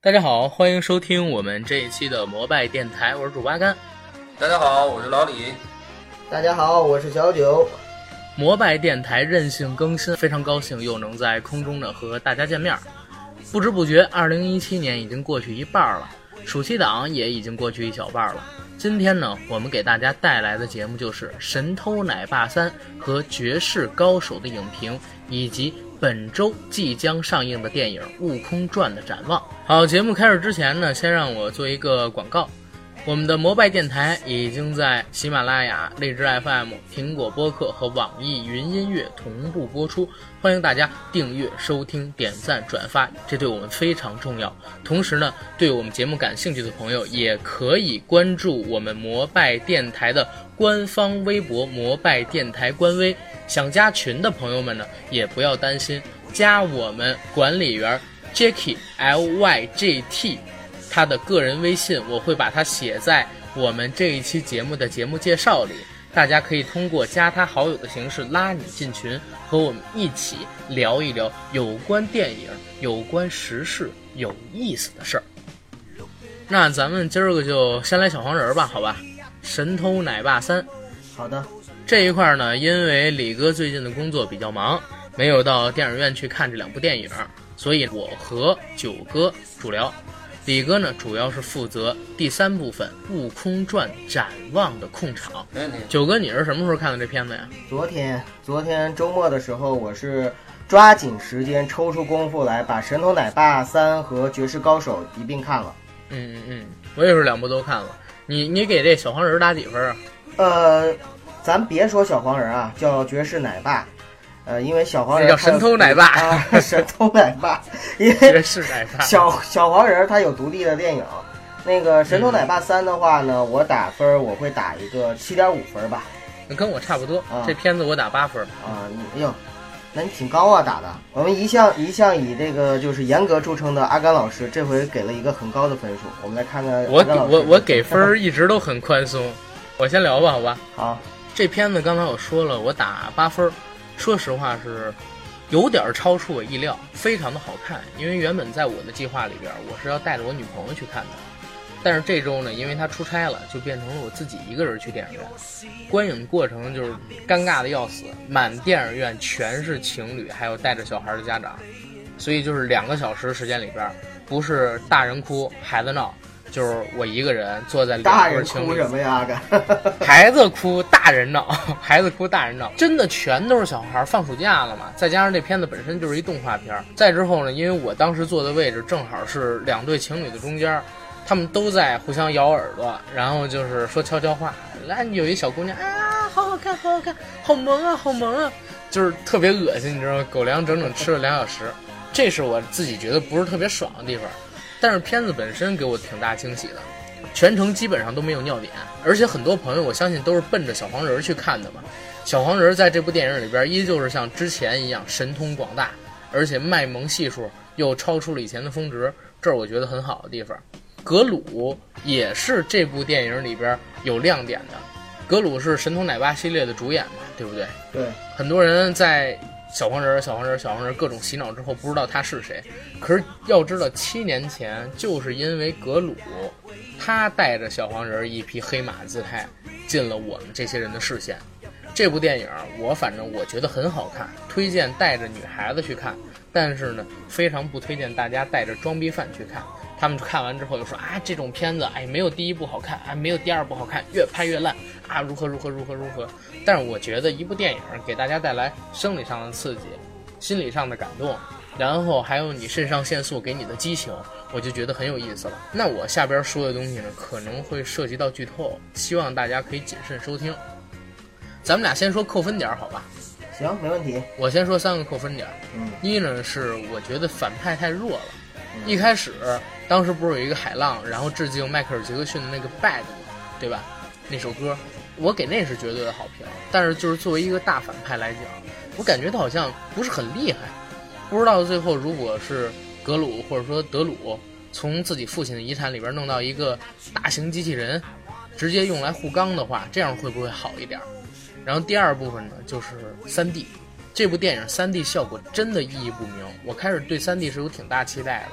大家好，欢迎收听我们这一期的摩拜电台，我是主八竿。 大家好，我是老李。 大家好，我是小九。 摩拜电台任性更新，非常高兴又能在空中呢和大家见面。不知不觉2017年已经过去一半了，暑期档也已经过去一小半了。今天呢，我们给大家带来的节目就是《神偷奶爸3》和《绝世高手》的影评，以及本周即将上映的电影《悟空传》的展望。好，节目开始之前呢，先让我做一个广告。我们的摩拜电台已经在喜马拉雅、荔枝 FM、苹果播客和网易云音乐同步播出，欢迎大家订阅、收听、点赞、转发，这对我们非常重要。同时呢，对我们节目感兴趣的朋友也可以关注我们摩拜电台的官方微博摩拜电台官微。想加群的朋友们呢，也不要担心，加我们管理员 Jacky LYGT他的个人微信，我会把它写在我们这一期节目的节目介绍里，大家可以通过加他好友的形式拉你进群，和我们一起聊一聊有关电影、有关时事有意思的事儿。那咱们今儿个就先来小黄人吧，好吧？神偷奶爸3。 好的。 这一块呢，因为李哥最近的工作比较忙，没有到电影院去看这两部电影，所以我和九哥主聊。李哥呢，主要是负责第3部分《悟空传》展望的控场。九哥，你是什么时候看的这片子呀？ 昨天周末的时候，我是抓紧时间抽出功夫来把《神偷奶爸3》和《绝世高手》一并看了。 我也是两部都看了。你给这小黄人打几分啊？ 咱别说小黄人啊，叫绝世奶爸。因为小黄人叫神偷奶爸啊，神偷奶爸，因为绝世奶爸小黄人他有独立的电影。那个神偷奶爸3的话呢，我打分我会打一个7.5分吧。 跟我差不多，这片子我打8分啊。那你挺高啊打的。我们一向以这个就是严格著称的阿甘老师，这回给了一个很高的分数。我们来看看阿甘老师。 我给分一直都很宽松。我先聊吧，好吧？ 好。 这片子刚才我说了，我打8分。说实话是有点超出我意料，非常的好看。因为原本在我的计划里边，我是要带着我女朋友去看的，但是这周呢，因为她出差了，就变成了我自己一个人去电影院。观影过程就是尴尬的要死，满电影院全是情侣，还有带着小孩的家长，所以就是2个小时时间里边，不是大人哭孩子闹，就是我一个人坐在大人哭什么呀？ 孩子哭大人闹，孩子哭大人闹，真的全都是小孩。放暑假了嘛，再加上这片子本身就是一动画片。再之后呢，因为我当时坐的位置正好是2对情侣的中间，他们都在互相咬耳朵，然后就是说悄悄话。来，有一小姑娘啊，好好看，好好看，好萌啊，好萌啊，就是特别恶心，你知道吗？狗粮整整吃了2小时，这是我自己觉得不是特别爽的地方。但是片子本身给我挺大惊喜的，全程基本上都没有尿点，而且很多朋友我相信都是奔着小黄人去看的嘛。小黄人在这部电影里边依旧是像之前一样神通广大，而且卖萌系数又超出了以前的峰值，这是我觉得很好的地方。格鲁也是这部电影里边有亮点的，格鲁是神通奶爸系列的主演嘛，对不对？ 对， 很多人在小黄人各种洗脑之后不知道他是谁，可是要知道7年前就是因为格鲁他带着小黄人一匹黑马姿态进了我们这些人的视线。这部电影反正我觉得很好看，推荐带着女孩子去看，但是呢非常不推荐大家带着装逼犯去看。他们看完之后就说啊，这种片子没有第1部好看啊，没有第2部好看，越拍越烂啊，如何。但是我觉得一部电影给大家带来生理上的刺激，心理上的感动，然后还有你肾上腺素给你的激情，我就觉得很有意思了。那我下边说的东西呢，可能会涉及到剧透，希望大家可以谨慎收听。咱们俩先说扣分点好吧？ 行，没问题。我先说3个扣分点。一呢是我觉得反派太弱了。一开始当时不是有一个海浪，然后致敬迈克尔·杰克逊的那个 Bad 嘛，对吧？那首歌我给那是绝对的好评，但是就是作为一个大反派来讲，我感觉他好像不是很厉害。不知道最后如果是格鲁或者说德鲁从自己父亲的遗产里边弄到一个大型机器人，直接用来护钢的话，这样会不会好一点？然后第2部分呢，就是3D。这部电影3D 效果真的意义不明，我开始对3D是有挺大期待的，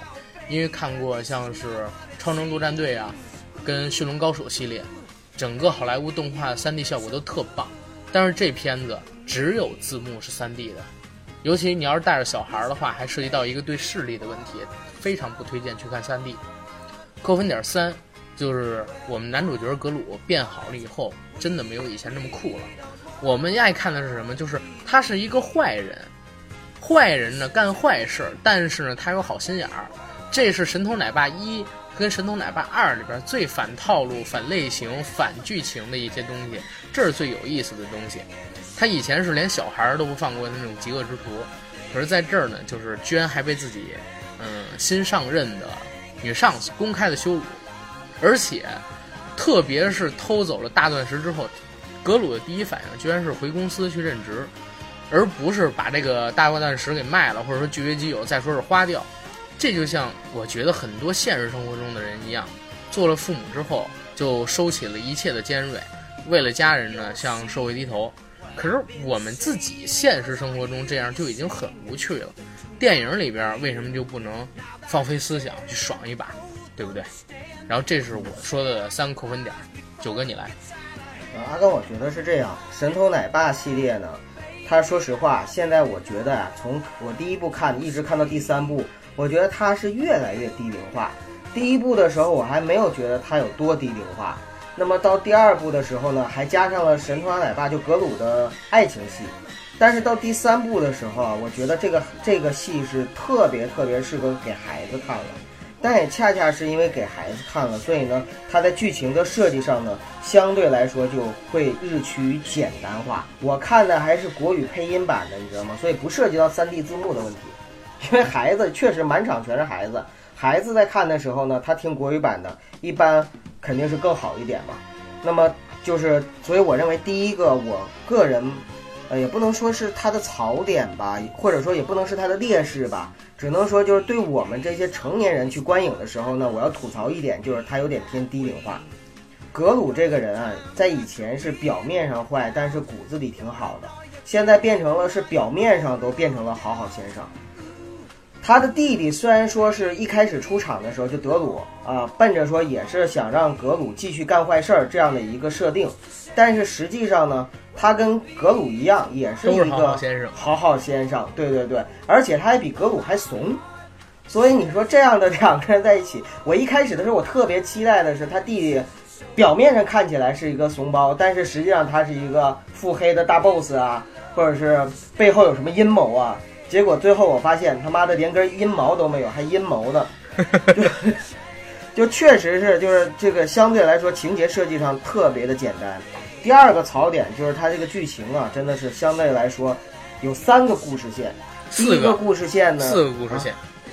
因为看过像是《超能陆战队》啊，跟《驯龙高手》系列，整个好莱坞动画的 3D 效果都特棒。但是这片子只有字幕是 3D 的，尤其你要是带着小孩的话，还涉及到一个对视力的问题，非常不推荐去看 3D。扣分点3，就是我们男主角格鲁变好了以后，真的没有以前那么酷了。我们爱看的是什么？就是他是一个坏人，坏人呢干坏事，但是呢他有好心眼儿。这是《神偷奶爸1》跟《神偷奶爸2》里边最反套路、反类型、反剧情的一些东西，这是最有意思的东西。他以前是连小孩都不放过的那种极恶之徒，可是在这儿呢，就是居然还被自己新上任的女上司公开的羞辱，而且特别是偷走了大钻石之后，格鲁的第一反应居然是回公司去任职，而不是把这个大钻石给卖了，或者说据为己有，再说是花掉。这就像我觉得很多现实生活中的人一样，做了父母之后就收起了一切的尖锐，为了家人呢向社会低头。可是我们自己现实生活中这样就已经很无趣了，电影里边为什么就不能放飞思想去爽一把，对不对？然后这是我说的3个扣分点。九哥你来。 阿刚，我觉得是这样，神偷奶爸系列呢，他说实话，现在我觉得啊，从我第1部看一直看到第3部，我觉得它是越来越低龄化。第1部的时候我还没有觉得它有多低龄化，那么到第2部的时候呢，还加上了神偷奶爸就格鲁的爱情戏，但是到第3部的时候啊，我觉得这个戏是特别适合给孩子看了。但也恰恰是因为给孩子看了，所以呢，它在剧情的设计上呢，相对来说就会日趋简单化。我看的还是国语配音版的，你知道吗？所以不涉及到3D 字幕的问题。因为孩子确实满场全是孩子，孩子在看的时候呢，他听国语版的，一般肯定是更好一点嘛。那么就是，所以我认为第一个，我个人，也不能说是它的槽点吧，或者说也不能是它的劣势吧，只能说就是对我们这些成年人去观影的时候呢，我要吐槽一点，就是它有点偏低龄化。格鲁这个人啊，在以前是表面上坏，但是骨子里挺好的，现在变成了是表面上都变成了好好先生。他的弟弟虽然说是一开始出场的时候就德鲁啊，奔着说也是想让格鲁继续干坏事儿这样的一个设定，但是实际上呢，他跟格鲁一样，也是一个好好先生，对对对，而且他还比格鲁还怂。所以你说这样的2个人在一起，我一开始的时候我特别期待的是他弟弟表面上看起来是一个怂包，但是实际上他是一个腹黑的大 boss 啊，或者是背后有什么阴谋啊。结果最后我发现他妈的连根阴毛都没有，还阴谋呢，就确实是就是这个相对来说情节设计上特别的简单。第2个槽点就是它这个剧情啊，真的是相对来说有3个故事线。第一个故事线呢，4 个故事线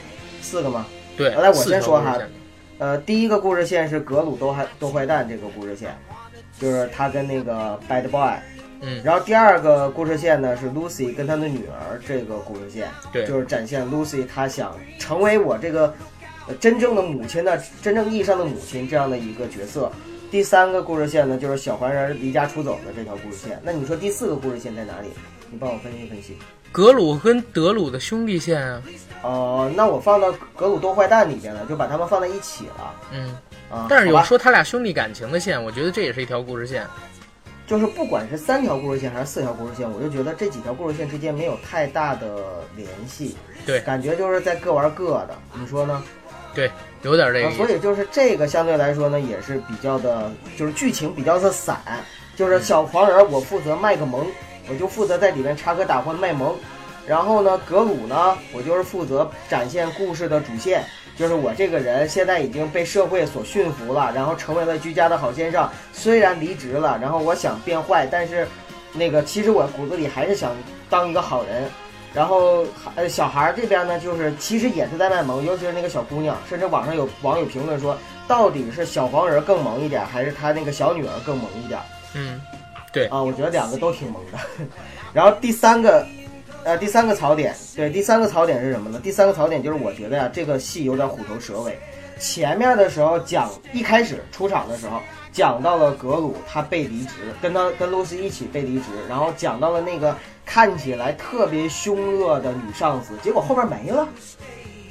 ，4个吗？ 对， 来我先说哈，第一个故事线是格鲁都坏蛋这个故事线，就是他跟那个 Bad Boy。然后第2个故事线呢是 Lucy 跟她的女儿这个故事线， 对， 就是展现 Lucy 她想成为我这个真正的母亲的真正意义上的母亲这样的一个角色。第3个故事线呢就是小黄人离家出走的这条故事线。那你说第4个故事线在哪里？你帮我分析分析。 格鲁跟德鲁的兄弟线啊。 那我放到格鲁都坏蛋里边了，就把他们放在一起了。 但是有说他俩兄弟感情的线，我觉得这也是一条故事线。 就是不管是3条故事线还是4条故事线，我就觉得这几条故事线之间没有太大的联系， 对， 感觉就是在各玩各的，你说呢？ 对，有点这个意思。 所以就是这个相对来说呢，也是比较的，就是剧情比较的散，就是小黄人我负责卖个萌，我就负责在里面插科打诨卖萌，然后呢，格鲁呢，我就是负责展现故事的主线。就是我这个人现在已经被社会所驯服了，然后成为了居家的好先生，虽然离职了，然后我想变坏，但是那个其实我骨子里还是想当一个好人。然后小孩这边呢，就是其实也是在卖萌，尤其是那个小姑娘，甚至网上有网友评论说，到底是小黄人更萌一点，还是他那个小女儿更萌一点？ 对啊，我觉得2个都挺萌的。然后第三个槽点，对，第3个槽点是什么呢？第3个槽点就是我觉得呀，这个戏有点虎头蛇尾。前面的时候一开始出场的时候讲到了格鲁他被离职，跟露西一起被离职，然后讲到了那个看起来特别凶恶的女上司，结果后边没了。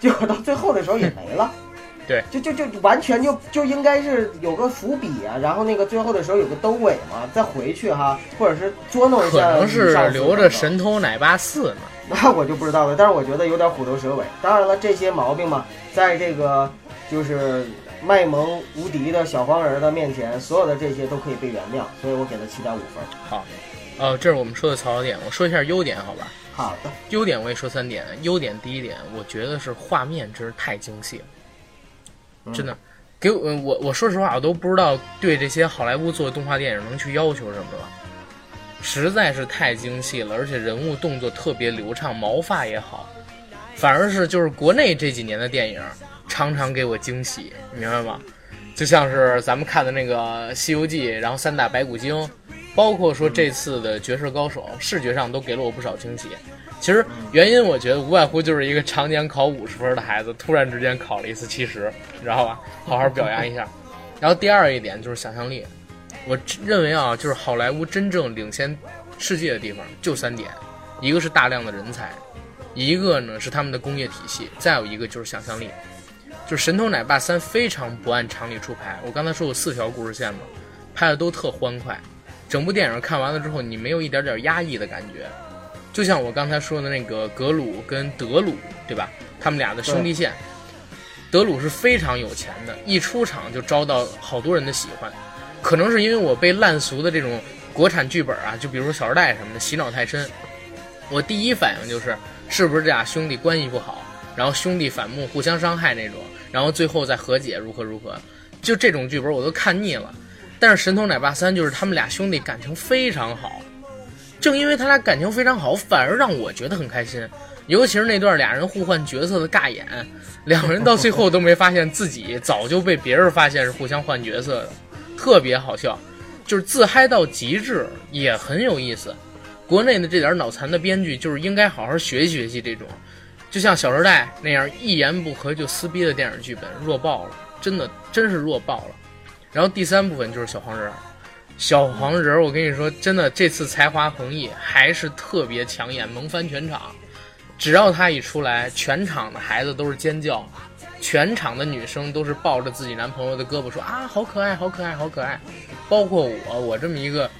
结果到最后的时候也没了。 对， 就完全就应该是有个伏笔啊，然后那个最后的时候有个兜尾嘛，再回去哈，或者是捉弄一下。 可能是留着神偷奶爸4呢， 那我就不知道了。但是我觉得有点虎头蛇尾。当然了，这些毛病嘛，在这个就是卖萌无敌的小黄人的面前，所有的这些都可以被原谅，所以我给他7.5分。 好，这是我们说的槽点，我说一下优点，好吧？ 好的， 优点我也说3点。优点第一点，我觉得是画面真是太精细了。真的，给我说实话，我都不知道对这些好莱坞做的动画电影能去要求什么了，实在是太精细了，而且人物动作特别流畅，毛发也好，反而是就是国内这几年的电影常常给我惊喜，你明白吗？就像是咱们看的那个《西游记》，然后3打白骨精，包括说这次的《绝世高手》，视觉上都给了我不少惊喜。其实原因我觉得无外乎就是一个常年考50分的孩子突然之间考了一次70，你知道吧？好好表扬一下。然后第二一点就是想象力，我认为啊，就是好莱坞真正领先世界的地方就3点，一个是大量的人才，一个呢是他们的工业体系，再有一个就是想象力。就是《神偷奶爸3》非常不按常理出牌，我刚才说有4条故事线嘛，拍的都特欢快，整部电影看完了之后你没有一点点压抑的感觉。就像我刚才说的那个格鲁跟德鲁，对吧？他们俩的兄弟线，德鲁是非常有钱的，一出场就招到好多人的喜欢。可能是因为我被烂俗的这种国产剧本啊，就比如说《小时代》什么的洗脑太深，我第一反应是不是这俩兄弟关系不好，然后兄弟反目互相伤害那种，然后最后再和解如何，就这种剧本我都看腻了。但是《神偷奶爸3》就是他们俩兄弟感情非常好。正因为他俩感情非常好，反而让我觉得很开心。尤其是那段俩人互换角色的尬演，两个人到最后都没发现自己早就被别人发现是互相换角色的，特别好笑，就是自嗨到极致，也很有意思。国内的这点脑残的编剧就是应该好好学习学习这种，就像《小时代》那样一言不合就撕逼的电影剧本，弱爆了，真是弱爆了。然后第3部分就是小黄人。小黄人我跟你说真的，这次才华横溢，还是特别抢眼，萌翻全场。只要他一出来，全场的孩子都是尖叫，全场的女生都是抱着自己男朋友的胳膊说啊，好可爱好可爱好可爱。包括我这么一个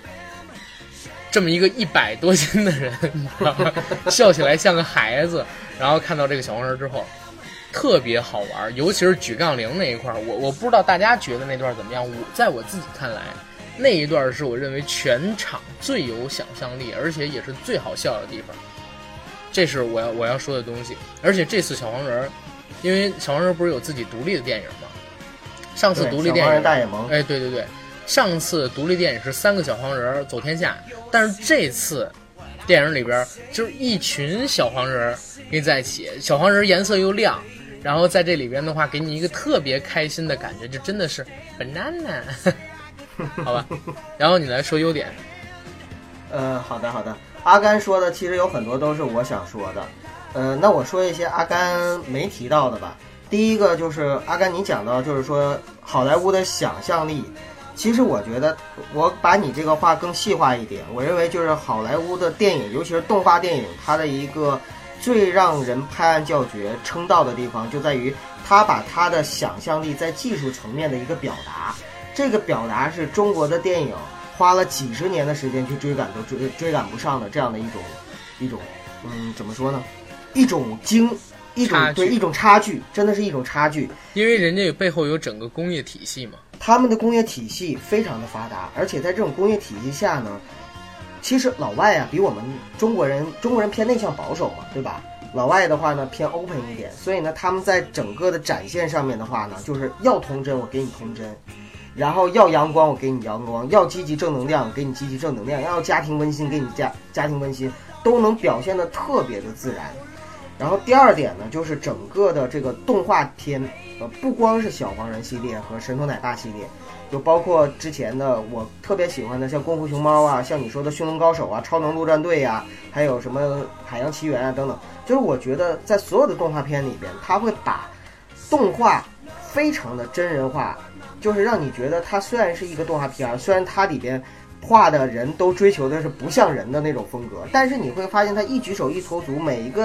100多斤的人，你知道吗？笑起来像个孩子。然后看到这个小黄人之后特别好玩，尤其是举杠铃那一块，我不知道大家觉得那段怎么样，在我自己看来那一段是我认为全场最有想象力，而且也是最好笑的地方。这是我要说的东西。而且这次小黄人，因为小黄人不是有自己独立的电影吗？上次独立电影，小黄人大野萌， 哎，对，上次独立电影是3个小黄人走天下，但是这次电影里边就是一群小黄人跟你在一起，小黄人颜色又亮，然后在这里边的话给你一个特别开心的感觉，就真的是 banana。好吧，然后你来说优点。 好的。阿甘说的其实有很多都是我想说的。那我说一些阿甘没提到的吧。第一个就是阿甘你讲到就是说好莱坞的想象力，其实我觉得我把你这个话更细化一点，我认为就是好莱坞的电影，尤其是动画电影，它的一个最让人拍案叫绝称道的地方就在于它把它的想象力在技术层面的一个表达，这个表达是中国的电影花了几十年的时间去追赶都追赶不上的这样的一种怎么说呢，一种差距，真的是一种差距。 因为人家背后有整个工业体系嘛， 他们的工业体系非常的发达，而且在这种工业体系下呢，其实老外啊比我们中国人偏内向保守嘛，对吧？老外的话呢偏 open 一点，所以呢他们在整个的展现上面的话呢，就是要童真我给你童真，然后要阳光我给你阳光，要积极正能量给你积极正能量，要家庭温馨给你家庭温馨，都能表现得特别的自然。然后第二点呢，就是整个的这个动画片，不光是小黄人系列和神偷奶爸系列，就包括之前的我特别喜欢的像功夫熊猫啊，像你说的驯龙高手啊，超能陆战队啊，还有什么海洋奇缘啊等等，就是我觉得在所有的动画片里边，它会把动画非常的真人化，就是让你觉得它虽然是一个动画片，虽然它里边画的人都追求的是不像人的那种风格，但是你会发现它一举手一投足，每一个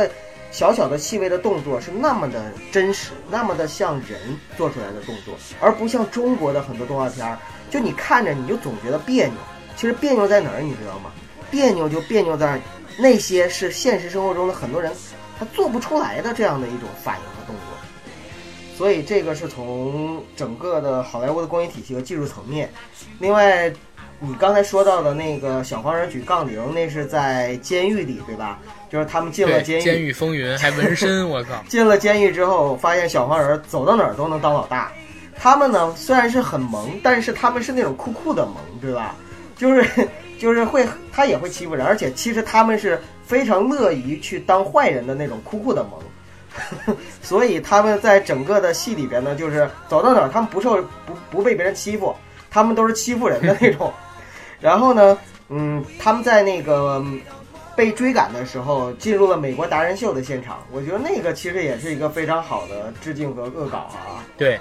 小小的细微的动作是那么的真实，那么的像人做出来的动作，而不像中国的很多动画片，就你看着你就总觉得别扭。其实别扭在哪儿你知道吗？别扭就别扭在那些是现实生活中的很多人他做不出来的这样的一种反应和动作。所以这个是从整个的好莱坞的工业体系和技术层面。另外你刚才说到的那个小黄人举杠铃，那是在监狱里对吧？就是他们进了监狱， 监狱风云还纹身，我靠！ 进了监狱之后，发现小黄人走到哪儿都能当老大。他们呢虽然是很萌，但是他们是那种酷酷的萌，对吧？就是会，他也会欺负人，而且其实他们是非常乐于去当坏人的那种酷酷的萌。所以他们在整个的戏里边呢，就是走到哪儿他们不被别人欺负，他们都是欺负人的那种。然后呢，他们在那个被追赶的时候进入了美国达人秀的现场，我觉得那个其实也是一个非常好的致敬和恶搞啊。 对。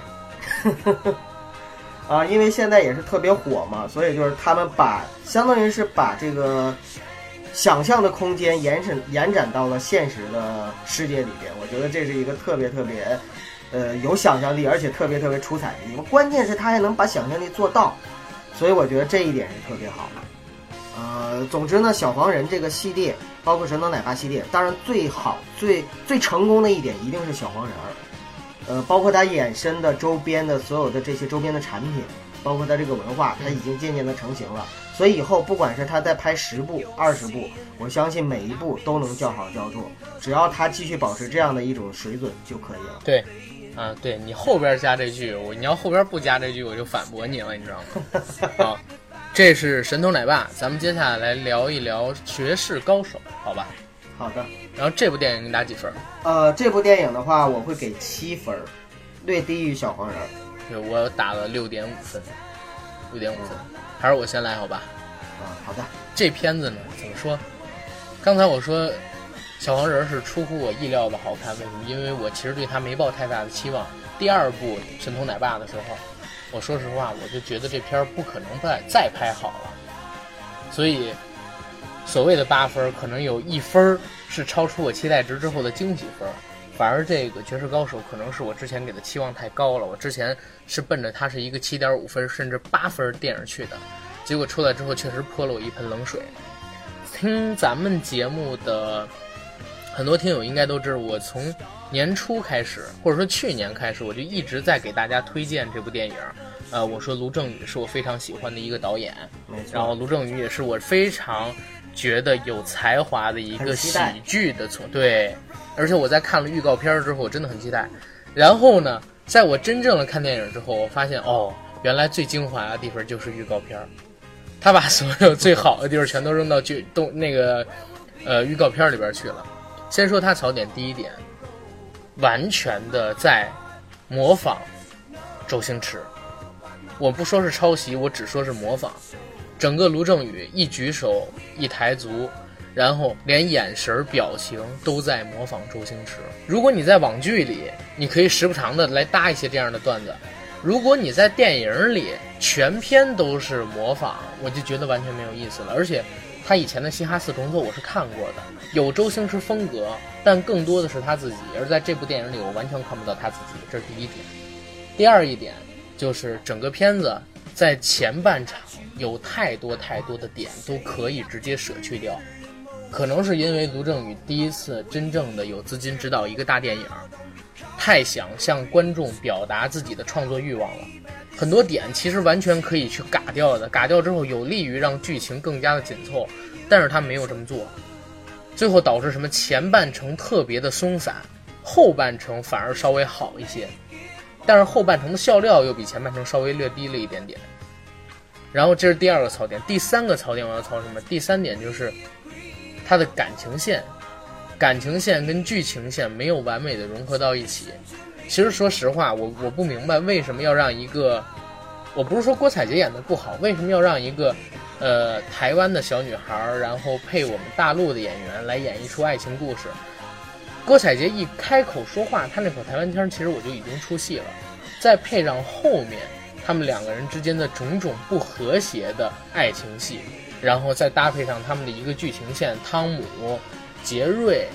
啊，因为现在也是特别火嘛，所以就是他们相当于是把这个想象的空间延展到了现实的世界里边。我觉得这是一个特别有想象力，而且特别出彩的地方。关键是他还能把想象力做到，所以我觉得这一点是特别好的。总之呢，小黄人这个系列，包括神偷奶爸系列，当然最成功的一点一定是小黄人。包括它衍生的周边的所有的这些周边的产品，包括它这个文化，它已经渐渐的成型了。所以以后不管是他再拍10部、20部，我相信每一部都能叫好叫座，只要他继续保持这样的一种水准就可以了。 对，对你后边加这句，你要后边不加这句，我就反驳你了，你知道吗？好，这是神偷奶爸，咱们接下来聊一聊绝世高手，好吧？ 好的。 然后这部电影你打几分？ 这部电影的话，我会给7分，略低于小黄人。 对，我打了6.5分，6.5分。还是我先来好吧？ 好的。这片子呢，怎么说？刚才我说小黄人是出乎我意料的好看，为什么？因为我其实对他没抱太大的期望。第2部神偷奶爸的时候，我说实话，我就觉得这片不可能再拍好了，所以所谓的8分，可能有1分是超出我期待值之后的惊喜分。反而这个绝世高手可能是我之前给的期望太高了，我之前是奔着它是一个7.5分甚至8分电影去的，结果出来之后确实泼了我一盆冷水。听咱们节目的很多听友应该都知道，我从年初开始，或者说去年开始，我就一直在给大家推荐这部电影。我说卢正雨是我非常喜欢的一个导演，然后卢正雨也是我非常觉得有才华的一个喜剧的对，而且我在看了预告片之后，我真的很期待。然后呢，在我真正的看电影之后，我发现原来最精华的地方就是预告片，他把所有最好的地方全都扔到预告片里边去了。先说他槽点，第一点，完全的在模仿周星驰，我不说是抄袭，我只说是模仿。整个卢正雨一举手一抬足，然后连眼神表情都在模仿周星驰。如果你在网剧里，你可以时不常的来搭一些这样的段子，如果你在电影里全篇都是模仿，我就觉得完全没有意思了。而且他以前的嘻哈四重奏我是看过的，有周星驰风格，但更多的是他自己，而在这部电影里我完全看不到他自己，这是第一点。第二一点就是整个片子在前半场有太多的点都可以直接舍去掉，可能是因为卢正雨第一次真正的有资金指导一个大电影，太想向观众表达自己的创作欲望了，很多点其实完全可以去嘎掉的，嘎掉之后有利于让剧情更加的紧凑，但是他没有这么做，最后导致什么前半程特别的松散，后半程反而稍微好一些，但是后半程的笑料又比前半程稍微略低了一点点。然后这是第二个槽点。第三个槽点我要槽什么？第三点就是它的感情线跟剧情线没有完美的融合到一起。其实说实话，我不明白为什么要让一个，我不是说郭采洁演的不好，为什么要让一个台湾的小女孩然后配我们大陆的演员来演一出爱情故事。郭采洁一开口说话，她那口台湾腔其实我就已经出戏了，再配上后面他们两个人之间的种种不和谐的爱情戏，然后再搭配上他们的一个剧情线，汤姆、杰瑞，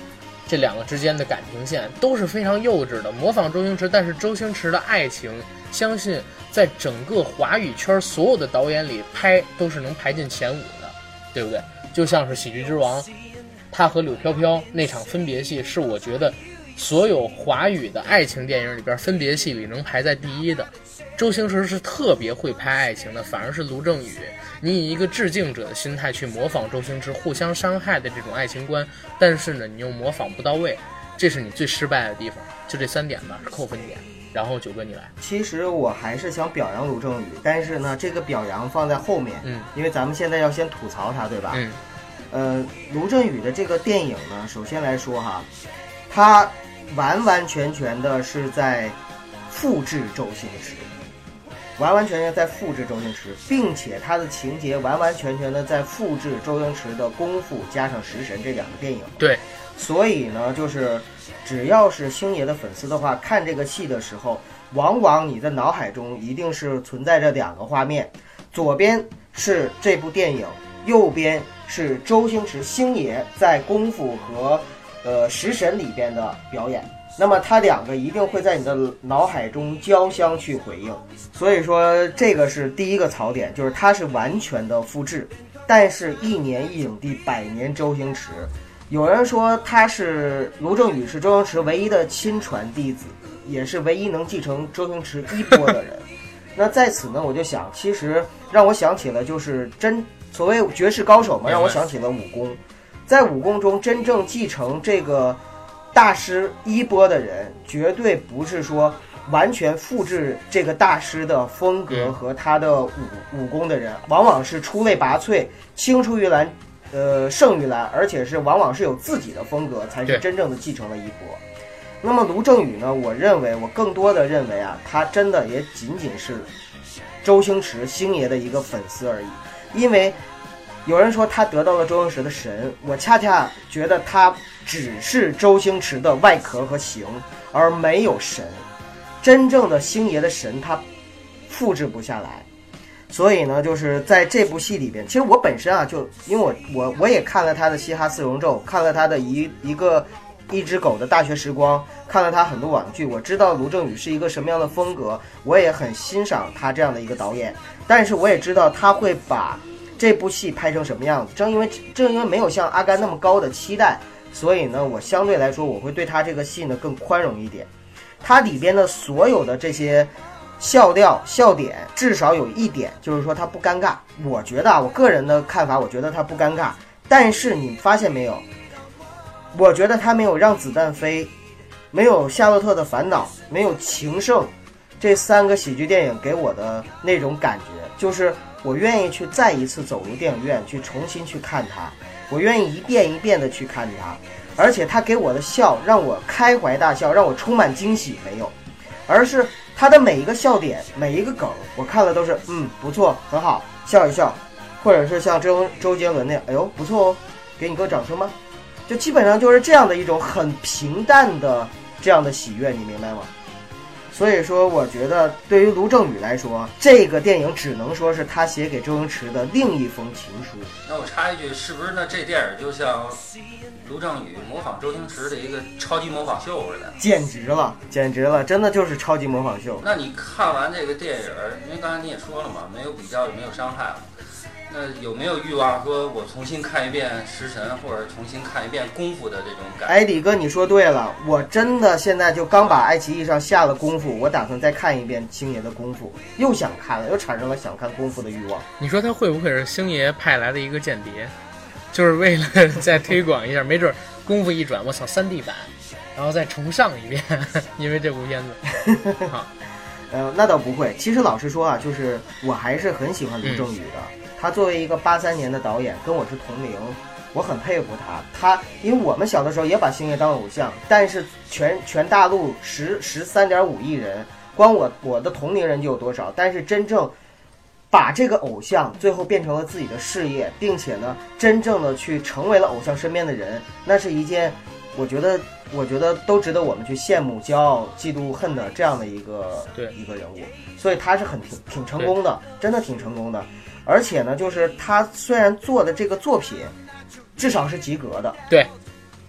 这两个之间的感情线都是非常幼稚的，模仿周星驰，但是周星驰的爱情，相信在整个华语圈所有的导演里拍都是能排进前5的，对不对？就像是《喜剧之王》，他和柳飘飘那场分别戏是我觉得所有华语的爱情电影里边分别戏里能排在第1的。周星驰是特别会拍爱情的，反而是卢正雨，你以一个致敬者的心态去模仿周星驰互相伤害的这种爱情观，但是呢你又模仿不到位，这是你最失败的地方。就这3点吧，是扣分点。然后九哥你来。 其实我还是想表扬卢正雨，但是呢这个表扬放在后面，因为咱们现在要先吐槽他，对吧？卢正雨的这个电影呢，首先来说哈，他完完全全的是在复制周星驰，完完全全在复制周星驰，并且他的情节完完全全的在复制周星驰的功夫加上食神这2个电影。 对， 所以呢就是只要是星爷的粉丝的话，看这个戏的时候，往往你的脑海中一定是存在着2个画面，左边是这部电影，右边是周星驰星爷在功夫和食神里边的表演，那么它2个一定会在你的脑海中交相去回应。所以说这个是第一个槽点，就是它是完全的复制，但是1年1影帝100年周星驰，有人说他是卢正雨是周星驰唯一的亲传弟子，也是唯一能继承周星驰衣钵的人。那在此呢我就想，其实让我想起了就是所谓绝世高手嘛，让我想起了武功。在武功中真正继承这个大师衣钵的人，绝对不是说完全复制这个大师的风格和他的武功的人，往往是出类拔萃，青出于蓝胜于蓝，而且是往往是有自己的风格，才是真正的继承了衣钵。那么卢正雨呢，我更多的认为啊，他真的也仅仅是周星驰星爷的一个粉丝而已。因为有人说他得到了周星驰的神，我恰恰觉得他只是周星驰的外壳和形，而没有神。真正的星爷的神他复制不下来。所以呢就是在这部戏里边，其实我本身啊，就因为我也看了他的《嘻哈四重奏》，看了他的一只狗的大学时光，看了他很多网剧，我知道卢正雨是一个什么样的风格，我也很欣赏他这样的一个导演，但是我也知道他会把这部戏拍成什么样子。正因为没有像阿甘那么高的期待，所以呢我相对来说我会对他这个戏呢更宽容一点。他里边的所有的这些笑料笑点，至少有一点就是说他不尴尬。我觉得啊，我个人的看法，我觉得他不尴尬。但是你发现没有，我觉得他没有让子弹飞，没有夏洛特的烦恼，没有情圣，这3个喜剧电影给我的那种感觉，就是我愿意去再一次走入电影院去重新去看它，我愿意一遍一遍的去看它，而且他给我的笑让我开怀大笑，让我充满惊喜，没有，而是他的每一个笑点每一个梗我看了都是不错很好，笑一笑，或者是像周杰伦那样，哎呦不错哦，给你个掌声吗？就基本上就是这样的一种很平淡的这样的喜悦，你明白吗？所以说我觉得对于卢正雨来说，这个电影只能说是他写给周星驰的另一封情书。 那我插一句，是不是那这电影就像卢正雨模仿周星驰的一个超级模仿秀似的？ 简直了，真的就是超级模仿秀。 那你看完这个电影，因为刚才你也说了嘛，没有比较也没有伤害了，那有没有欲望说我重新看一遍食神，或者重新看一遍功夫的这种感觉？ 哎，李哥你说对了，我真的现在就刚把爱奇艺上下了功夫，我打算再看一遍星爷的功夫，又想看了，又产生了想看功夫的欲望。 你说他会不会是星爷派来的一个间谍，就是为了再推广一下，没准功夫一转，我操3D 版，然后再重上一遍，因为这部片子好那倒不会。其实老实说啊，就是我还是很喜欢卢正雨的。他作为一个83年的导演，跟我是同龄，我很佩服他。因为我们小的时候也把星爷当偶像，但是全大陆13.5亿人，光我的同龄人就有多少？但是真正把这个偶像最后变成了自己的事业，并且呢，真正的去成为了偶像身边的人，那是一件我觉得都值得我们去羡慕、骄傲、嫉妒、恨的这样的一个人物。所以他是挺成功的，真的挺成功的。而且呢，就是他虽然做的这个作品至少是及格的， 对，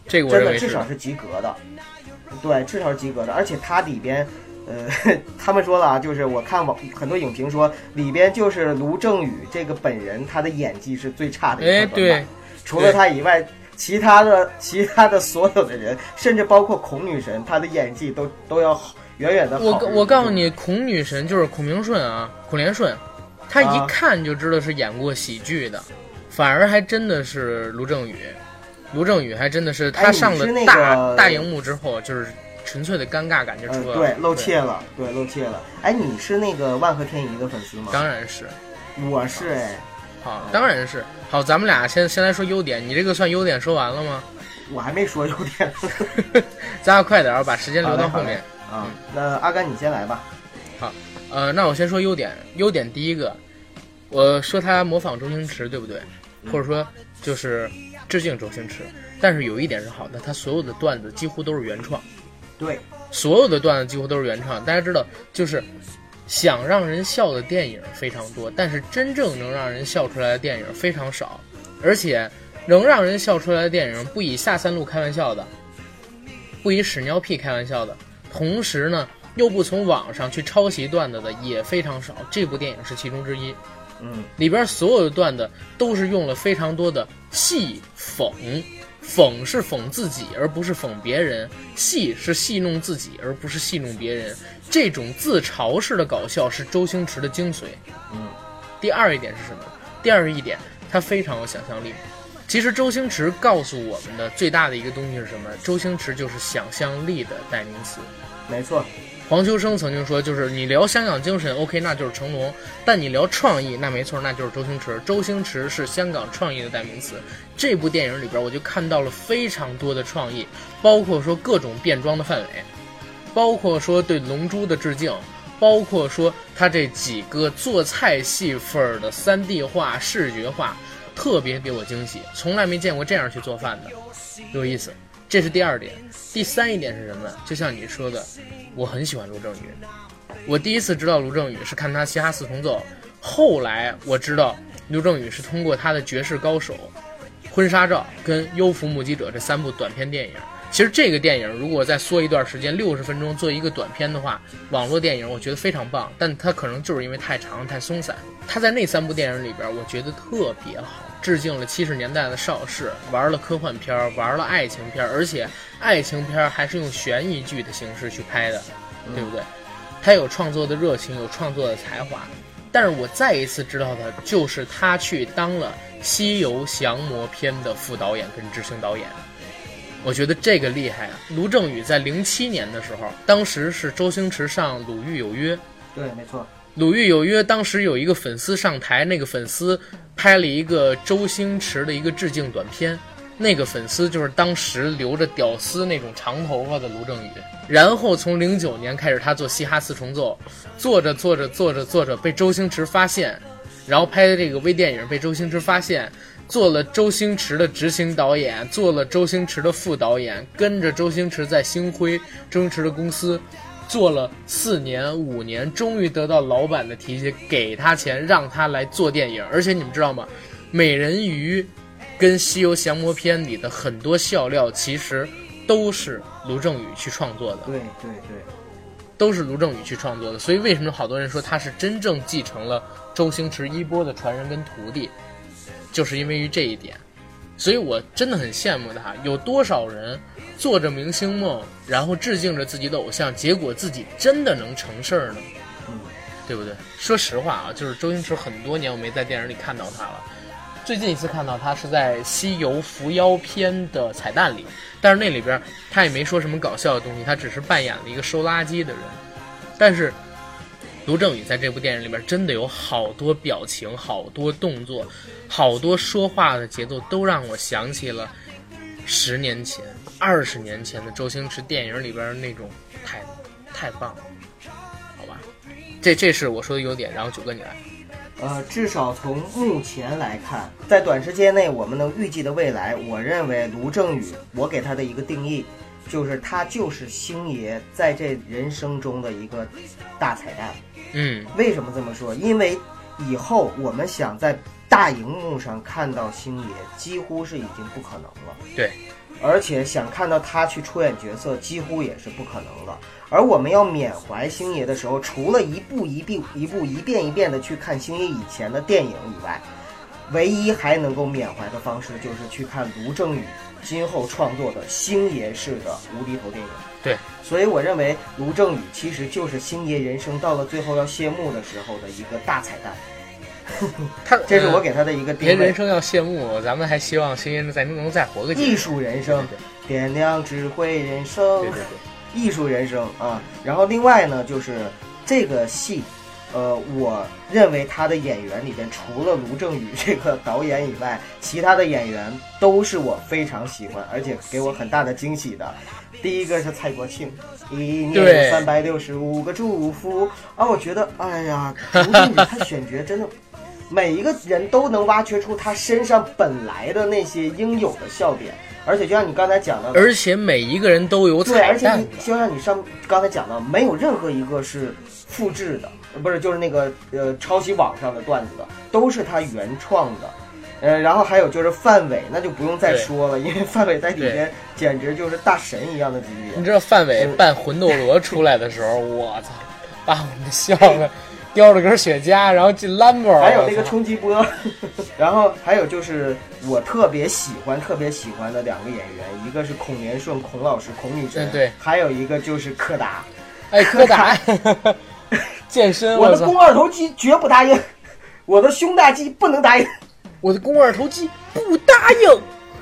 这个我真的认为是至少是及格的，对，至少是及格的。而且它里边，他们说了啊，就是我看很多影评说，里边就是卢正雨这个本人他的演技是最差的一个对， 除了他以外。其他的所有的人，甚至包括孔女神，她的演技都要远远的好。 我告诉你，孔女神就是孔明顺啊，孔连顺，她一看就知道是演过喜剧的，反而还真的是卢正雨还真的是她上了大荧幕之后，就是纯粹的尴尬感就出来了， 对，露怯了。哎，你是那个万和天宜的粉丝吗？ 当然是， 我是哎。 好，当然是好。咱们俩先来说优点，你这个算优点说完了吗？ 我还没说优点， 咱俩快点，把时间留到后面啊。那阿甘你先来吧。 好，那我先说优点。优点第一个，我说他模仿周星驰，对不对？或者说就是致敬周星驰。但是有一点是好的，他所有的段子几乎都是原创。 对， 所有的段子几乎都是原创。大家知道，就是想让人笑的电影非常多，但是真正能让人笑出来的电影非常少，而且能让人笑出来的电影不以下三路开玩笑的，不以屎尿屁开玩笑的，同时呢又不从网上去抄袭段子的也非常少。这部电影是其中之一。里边所有的段子都是用了非常多的戏讽，讽是讽自己而不是讽别人，戏是戏弄自己而不是戏弄别人，这种自嘲式的搞笑是周星驰的精髓。第二一点是什么？第二一点，他非常有想象力。其实周星驰告诉我们的最大的一个东西是什么？周星驰就是想象力的代名词。 没错， 黄秋生曾经说，就是你聊香港精神 OK 那就是成龙，但你聊创意那没错，那就是周星驰。周星驰是香港创意的代名词。这部电影里边我就看到了非常多的创意，包括说各种变装的范伟，包括说对龙珠的致敬，包括说他这几个做菜戏份的 3D 化视觉化，特别给我惊喜，从来没见过这样去做饭的，有意思。这是第二点。第三一点是什么？就像你说的，我很喜欢卢正雨。我第一次知道卢正雨是看他嘻哈四重奏，后来我知道卢正雨是通过他的绝世高手、婚纱照跟幽浮目击者这3部短片电影。其实这个电影如果再缩一段时间60分钟做一个短片的话，网络电影我觉得非常棒，但它可能就是因为太长太松散。他在那3部电影里边我觉得特别好，致敬了70年代的邵氏，玩了科幻片，玩了爱情片，而且爱情片还是用悬疑剧的形式去拍的，对不对？他有创作的热情，有创作的才华。但是我再一次知道的就是他去当了《西游降魔篇》的副导演跟执行导演。我觉得这个厉害啊！卢正雨在07年的时候，当时是周星驰上《鲁豫有约》， 对，没错。 《鲁豫有约》当时有一个粉丝上台，那个粉丝拍了一个周星驰的一个致敬短片，那个粉丝就是当时留着屌丝那种长头发的卢正雨。然后从09年开始，他做嘻哈四重奏，做着被周星驰发现，然后拍的这个微电影被周星驰发现，做了周星驰的执行导演，做了周星驰的副导演，跟着周星驰在星辉周星驰的公司做了4年5年，终于得到老板的提携，给他钱让他来做电影。而且你们知道吗？美人鱼跟《西游降魔篇》里的很多笑料其实都是卢正雨去创作的。 对， 都是卢正雨去创作的。所以为什么好多人说他是真正继承了周星驰衣钵的传人跟徒弟，就是因为于这一点。所以我真的很羡慕他，有多少人做着明星梦，然后致敬着自己的偶像，结果自己真的能成事儿呢？对不对？说实话啊，就是周星驰很多年我没在电影里看到他了。最近一次看到他是在《西游伏妖篇》的彩蛋里，但是那里边他也没说什么搞笑的东西，他只是扮演了一个收垃圾的人。但是卢正雨在这部电影里边真的有好多表情，好多动作，好多说话的节奏，都让我想起了10年前、20年前的周星驰电影里边那种太棒了，好吧？这是我说的优点，然后9哥你来。 至少从目前来看，在短时间内我们能预计的未来，我认为卢正雨，我给他的一个定义就是他就是星爷在这人生中的一个大彩蛋。为什么这么说？因为以后我们想在大荧幕上看到星爷几乎是已经不可能了。 对， 而且想看到他去出演角色几乎也是不可能的。而我们要缅怀星爷的时候，除了一遍一遍的去看星爷以前的电影以外，唯一还能够缅怀的方式就是去看卢正雨今后创作的星爷式的无厘头电影。 对， 所以我认为卢正雨其实就是星爷人生到了最后要谢幕的时候的一个大彩蛋。这是我给他的一个定位。 别人生要谢幕，咱们还希望星爷能再活个几年。 艺术人生，点亮智慧人生， 对， 艺术人生啊。然后另外呢，就是这个戏，我认为他的演员里边，除了卢正雨这个导演以外，其他的演员都是我非常喜欢，而且给我很大的惊喜的。第一个是蔡国庆，一年365个祝福啊！我觉得，哎呀，卢正雨他选角真的，每一个人都能挖掘出他身上本来的那些应有的笑点，而且就像你刚才讲的， 而且每一个人都有彩蛋。 对，而且就像你刚才讲的，没有任何一个是复制的，不是就是那个抄袭网上的段子的，都是他原创的。然后还有就是范伟，那就不用再说了，因为范伟在里边简直就是大神一样的级别。 你知道范伟扮魂斗罗出来的时候，我操，把我们笑了，叼着根雪茄，然后进兰博， 还有那个冲击波，然后还有就是我特别喜欢的两个演员，一个是孔连顺孔老师孔女神， 对， 还有一个就是柯达。 哎，柯达健身， 我的肱二头肌绝不答应，我的胸大肌不能答应。 我的肱二头肌不答应，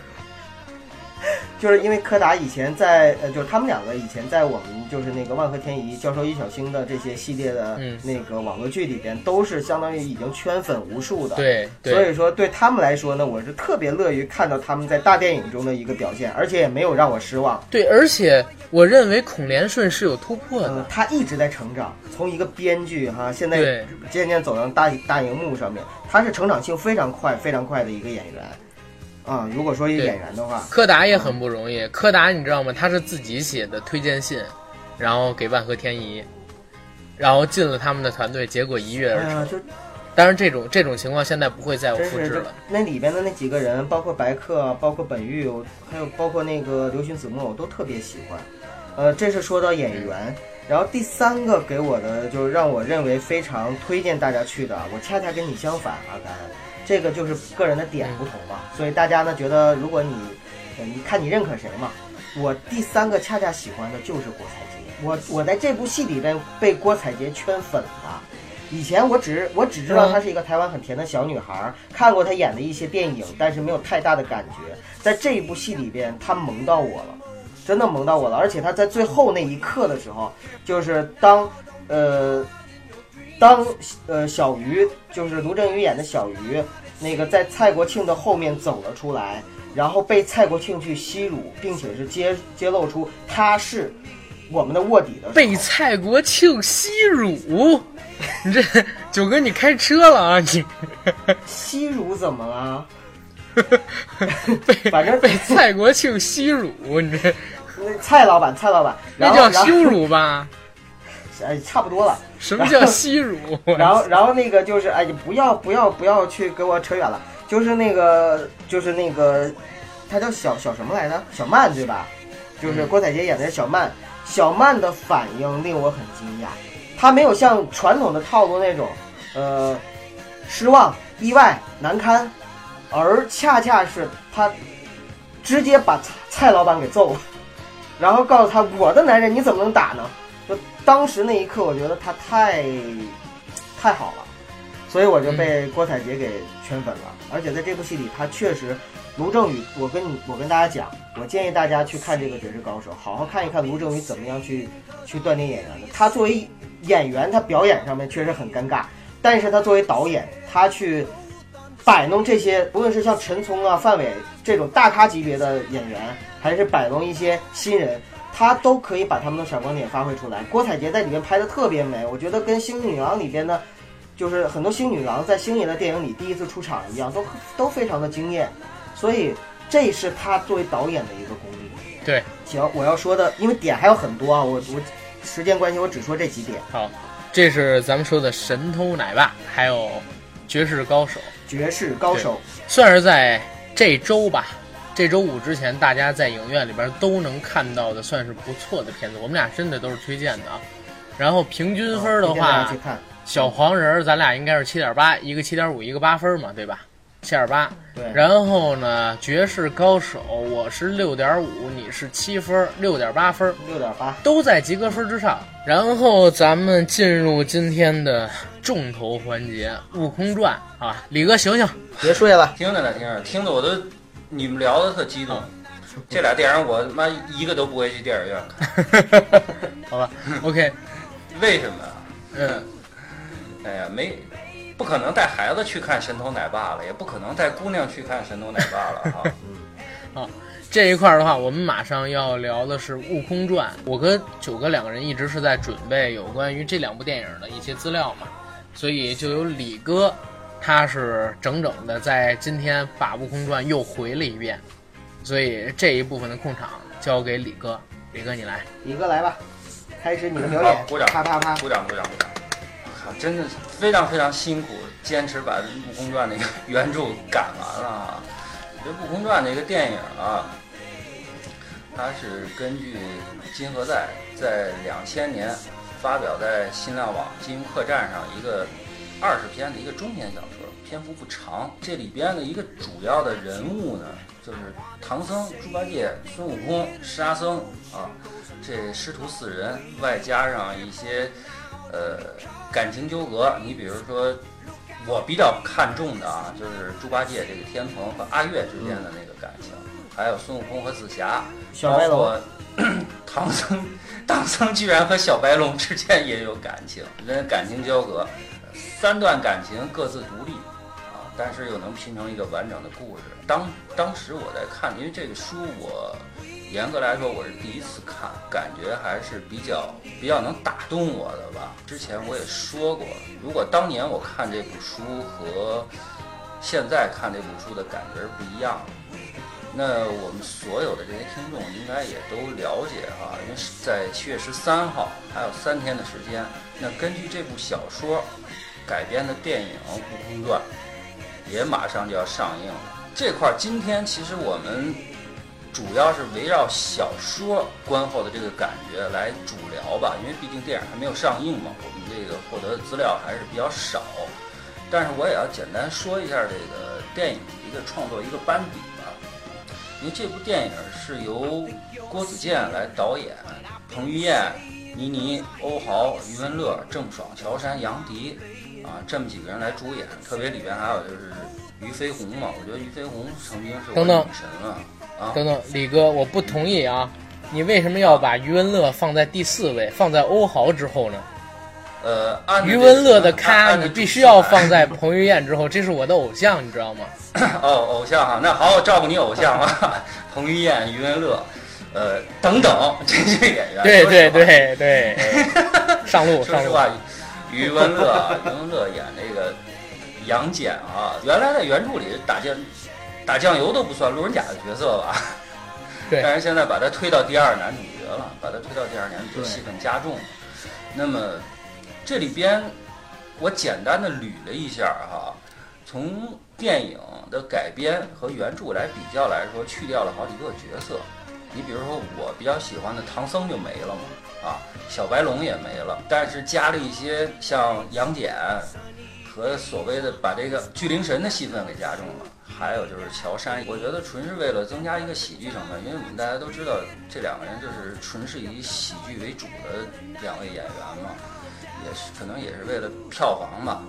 就是因为柯达以前在就是他们两个以前在我们就是那个万和天宜、教授易小星的这些系列的那个网络剧里边，都是相当于已经圈粉无数的。 对， 所以说对他们来说呢，我是特别乐于看到他们在大电影中的一个表现，而且也没有让我失望。 对，而且我认为孔连顺是有突破的， 他一直在成长，从一个编剧现在渐渐走到大荧幕上面，他是成长性非常快的一个演员。如果说一个演员的话， 柯达也很不容易。柯达你知道吗？他是自己写的推荐信，然后给万和天宜，然后进了他们的团队，结果一跃而成。当然这种情况现在不会再有复制了。 那里边的那几个人，包括白客，包括本玉，还有包括那个刘勋子墨，我都特别喜欢。这是说到演员。然后第三个给我的就是让我认为非常推荐大家去的，我恰恰跟你相反啊，这个就是个人的点不同嘛，所以大家呢觉得如果你看你认可谁嘛，我第三个恰恰喜欢的就是郭采洁，我在这部戏里边被郭采洁圈粉了。以前我只知道她是一个台湾很甜的小女孩，看过她演的一些电影，但是没有太大的感觉。在这一部戏里边，她萌到我了，真的萌到我了。而且她在最后那一刻的时候，就是当小鱼，就是卢正雨演的小鱼，那个在蔡国庆的后面走了出来，然后被蔡国庆去吸乳，并且是揭露出他是我们的卧底的。 被蔡国庆吸乳，你这九哥你开车了啊你？ 吸乳怎么了？ 反正被蔡国庆吸乳，你这蔡老板， 那叫羞辱吧？ 差不多了。 什么叫吸乳？ 然后那个就是不要去给我扯远了。就是那个他叫小什么来着？小曼对吧？就是郭采洁演的是小曼。小曼的反应令我很惊讶，她没有像传统的套路那种失望、意外、难堪，而恰恰是她直接把蔡老板给揍了，然后告诉他我的男人你怎么能打呢？就当时那一刻，我觉得他太好了，所以我就被郭采洁给圈粉了。而且在这部戏里，他确实，卢正雨，我跟大家讲，我建议大家去看这个《绝世高手》，好好看一看卢正雨怎么样去锻炼演员的。他作为演员，他表演上面确实很尴尬，但是他作为导演，他去摆弄这些，不论是像陈聪啊、范伟这种大咖级别的演员，还是摆弄一些新人，他都可以把他们的闪光点发挥出来。郭采洁在里面拍的特别美，我觉得跟《星女郎》里边的，就是很多星女郎在星爷的电影里第一次出场一样，都非常的惊艳。所以这是他作为导演的一个功力。 对， 行，我要说的，因为点还有很多啊，我时间关系，我只说这几点。 好，这是咱们说的神偷奶爸，还有绝世高手。 绝世高手算是在这周吧， 这周五之前大家在影院里边都能看到的算是不错的片子，我们俩真的都是推荐的啊。然后平均分的话，小黄人咱俩应该是7.8，一个7.5，一个8分嘛，对吧？7.8。 对。 然后呢，绝世高手我是6.5，你是7分，6.8分 ，6.8 都在及格分之上。然后咱们进入今天的重头环节《悟空传》啊，李哥醒醒， 别睡了， 听着呢，听着我都你们聊的特激动。这俩电影我妈一个都不会去电影院看。 好吧 ，OK。 为什么？哎呀，不可能带孩子去看《神偷奶爸》了，也不可能带姑娘去看《神偷奶爸》了哈。 好，这一块的话，我们马上要聊的是《悟空传》。我跟九哥两个人一直是在准备有关于这两部电影的一些资料嘛，所以就由李哥，他是整整的在今天把《悟空传》又回了一遍，所以这一部分的控场交给李哥。李哥你来， 李哥来吧。开始你的表演， 鼓掌， 啪啪啪， 鼓掌。真的非常非常辛苦，坚持把《悟空传》那个原著赶完了啊！这《悟空传》这个电影啊，它是根据金河在2000年发表在新浪网金庸客栈上一个20篇的一个中篇小说，篇幅不长。这里边的一个主要的人物呢，就是唐僧、猪八戒、孙悟空、沙僧啊。这师徒4人，外加上一些感情纠葛。你比如说，我比较看重的啊，就是猪八戒这个天蓬和阿月之间的那个感情，还有孙悟空和紫霞，包括唐僧居然和小白龙之间也有感情，人感情纠葛，3段感情各自独立啊，但是又能拼成一个完整的故事。当时我在看，因为这个书我。严格来说，我是第一次看，感觉还是比较能打动我的吧。之前我也说过，如果当年我看这部书和现在看这部书的感觉是不一样的。那我们所有的这些听众应该也都了解哈，因为在7月13号还有3天的时间，那根据这部小说改编的电影《悟空传》也马上就要上映了。这块今天其实我们。主要是围绕小说观后的这个感觉来主聊吧，因为毕竟电影还没有上映嘛，我们这个获得的资料还是比较少。但是我也要简单说一下这个电影的一个创作一个班底吧，因为这部电影是由郭子健来导演，彭于晏、倪妮、欧豪、余文乐、郑爽、乔杉、杨迪啊这么几个人来主演，特别里边还有就是俞飞鸿嘛，我觉得俞飞鸿曾经是我的女神了。 等等，李哥，我不同意啊！你为什么要把余文乐放在第4位，放在欧豪之后呢？余文乐的咖你必须要放在彭于晏之后，这是我的偶像，你知道吗？ 哦，偶像哈，那好好照顾你偶像啊，彭于晏、余文乐，等等这些演员。对，上路。 说实话，余文乐演那个杨戬啊，原来在原著里打酱油都不算路人甲的角色吧， 对。 但是现在把他推到第2男主角了，戏份加重了。那么这里边我简单的捋了一下哈，从电影的改编和原著来比较来说，去掉了好几个角色。你比如说我比较喜欢的唐僧就没了嘛，啊，小白龙也没了，但是加了一些像杨戬和所谓的把这个巨灵神的戏份给加重了。还有就是乔杉，我觉得纯是为了增加一个喜剧成分，因为我们大家都知道这2个人就是纯是以喜剧为主的2位演员嘛，也是可能也是为了票房吧。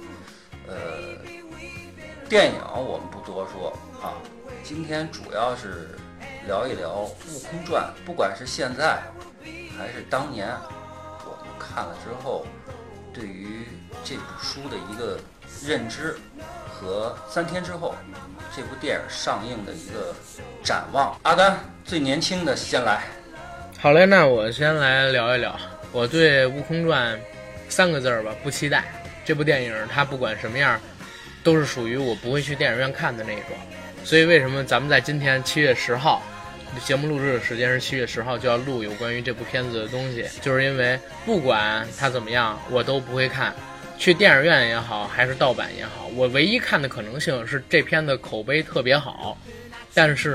电影我们不多说啊，今天主要是聊一聊《悟空传》，不管是现在还是当年我们看了之后，对于这部书的一个认知和3天之后这部电影上映的一个展望。阿甘最年轻的先来。 好嘞，那我先来聊一聊我对《悟空传》3个字吧，不期待。这部电影它不管什么样都是属于我不会去电影院看的那种。所以为什么咱们在今天7月10号节目录制的时间是7月10号就要录有关于这部片子的东西，就是因为不管它怎么样我都不会看，去电影院也好还是盗版也好，我唯一看的可能性是这片的口碑特别好，但是呢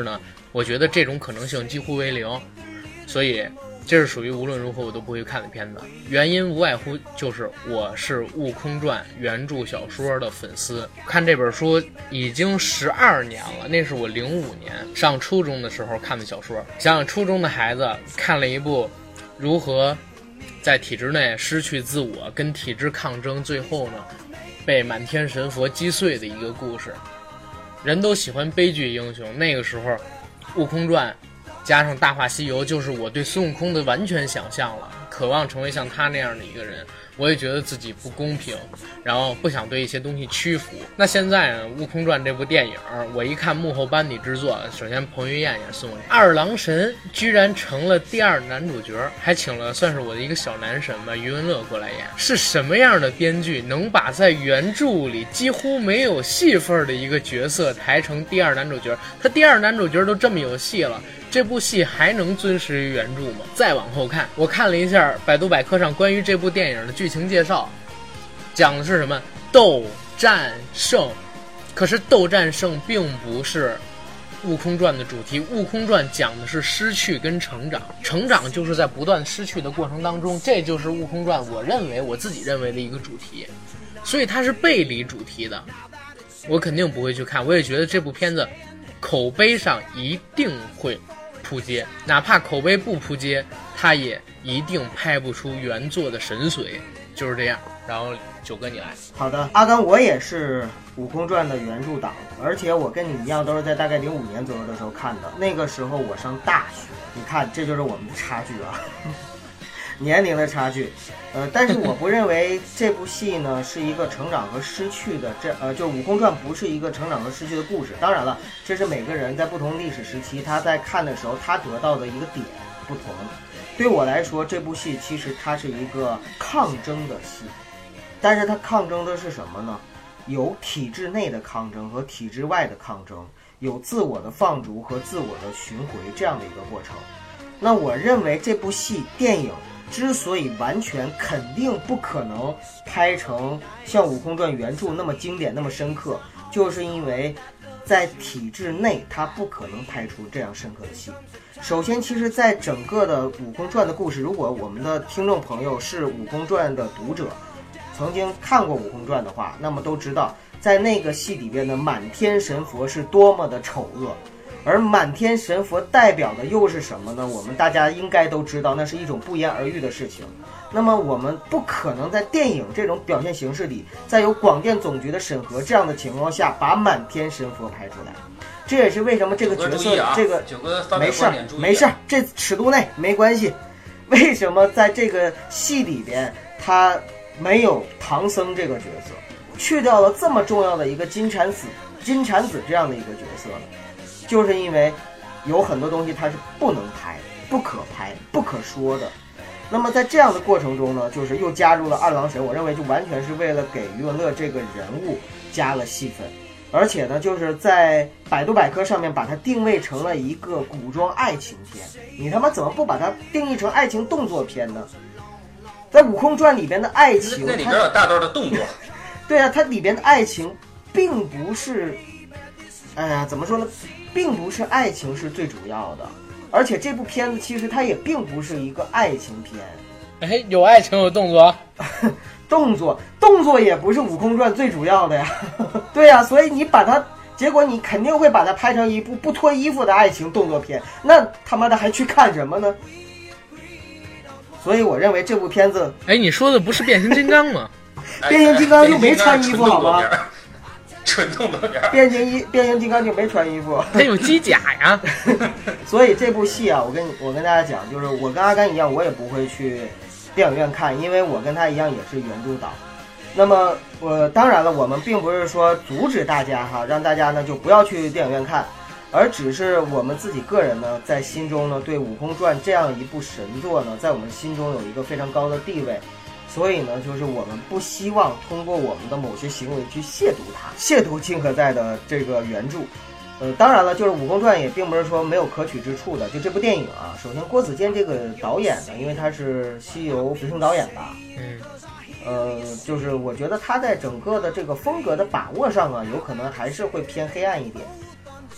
我觉得这种可能性几乎为零，所以这是属于无论如何我都不会看的片子。原因无外乎就是我是《悟空传》原著小说的粉丝，看这本书已经12年了，那是我05年上初中的时候看的小说。想想初中的孩子看了一部如何在体制内失去自我，跟体制抗争，最后呢被满天神佛击碎的一个故事。人都喜欢悲剧英雄，那个时候《悟空传》加上《大话西游》就是我对孙悟空的完全想象了，渴望成为像他那样的一个人。我也觉得自己不公平，然后不想对一些东西屈服。那现在呢，《悟空传》这部电影，我一看幕后班底制作，首先彭于晏演孙悟空，二郎神居然成了第2男主角，还请了算是我的一个小男神吧，余文乐过来演。是什么样的编剧能把在原著里几乎没有戏份的一个角色抬成第2男主角？他第2男主角都这么有戏了，这部戏还能遵循于原著吗？再往后看，我看了一下百度百科上关于这部电影的剧情介绍，讲的是什么？斗战胜。可是斗战胜并不是悟空传的主题，悟空传讲的是失去跟成长，成长就是在不断失去的过程当中，这就是悟空传我自己认为的一个主题，所以它是背离主题的，我肯定不会去看。我也觉得这部片子口碑上一定会扑街，哪怕口碑不扑街，它也一定拍不出原作的神髓，就是这样。然后九哥你来。 好的，阿甘，我也是《悟空传》的原著党，而且我跟你一样都是在大概05年左右的时候看的，那个时候我上大学，你看这就是我们的差距啊，年龄的差距。但是我不认为这部戏呢是一个成长和失去的，就《悟空传》不是一个成长和失去的故事。当然了，这是每个人在不同历史时期他在看的时候他得到的一个点不同。对我来说，这部戏其实它是一个抗争的戏，但是它抗争的是什么呢？有体制内的抗争和体制外的抗争，有自我的放逐和自我的巡回这样的一个过程。那我认为这部戏电影之所以完全肯定不可能拍成像《悟空传》原著那么经典那么深刻，就是因为在体制内它不可能拍出这样深刻的戏。首先，其实在整个的《悟空传》的故事，如果我们的听众朋友是《悟空传》的读者，曾经看过《悟空传》的话，那么都知道在那个戏里边的满天神佛是多么的丑恶，而满天神佛代表的又是什么呢？我们大家应该都知道，那是一种不言而喻的事情。那么我们不可能在电影这种表现形式里，在有广电总局的审核这样的情况下把满天神佛拍出来。这也是为什么这个角色，这个没事，这尺度内没关系。为什么在这个戏里边他没有唐僧这个角色，去掉了这么重要的一个金蝉子这样的一个角色呢？就是因为有很多东西它是不能拍、不可拍、不可说的。那么在这样的过程中呢，就是又加入了二郎神，我认为就完全是为了给余文乐这个人物加了戏份。而且呢，就是在百度百科上面把它定位成了一个古装爱情片，你他妈怎么不把它定义成爱情动作片呢？在《悟空传》里边的爱情， 那里边有大段的动作。 对啊，它里边的爱情并不是，怎么说呢？并不是爱情是最主要的，而且这部片子其实它也并不是一个爱情片。 有爱情有动作。 动作也不是《悟空传》最主要的呀。对呀，所以你把它，结果你肯定会把它拍成一部不脱衣服的爱情动作片，那他妈的还去看什么呢？所以我认为这部片子， 你说的不是变形金刚吗？ 变形金刚又没穿衣服好吗？ 纯动作片。 变形金刚就没穿衣服， 它有机甲呀。 所以这部戏啊，我跟大家讲，就是我跟阿甘一样，我也不会去电影院看，因为我跟他一样也是原著党。那么当然了，我们并不是说阻止大家让大家呢就不要去电影院看，而只是我们自己个人呢在心中呢对《悟空传》这样一部神作呢，在我们心中有一个非常高的地位，所以呢就是我们不希望通过我们的某些行为去亵渎它，亵渎金河在的这个原著。当然了，就是《悟空传》也并不是说没有可取之处的。就这部电影啊，首先郭子健这个导演呢，因为他是西游执行导演吧，就是我觉得他在整个的这个风格的把握上啊，有可能还是会偏黑暗一点。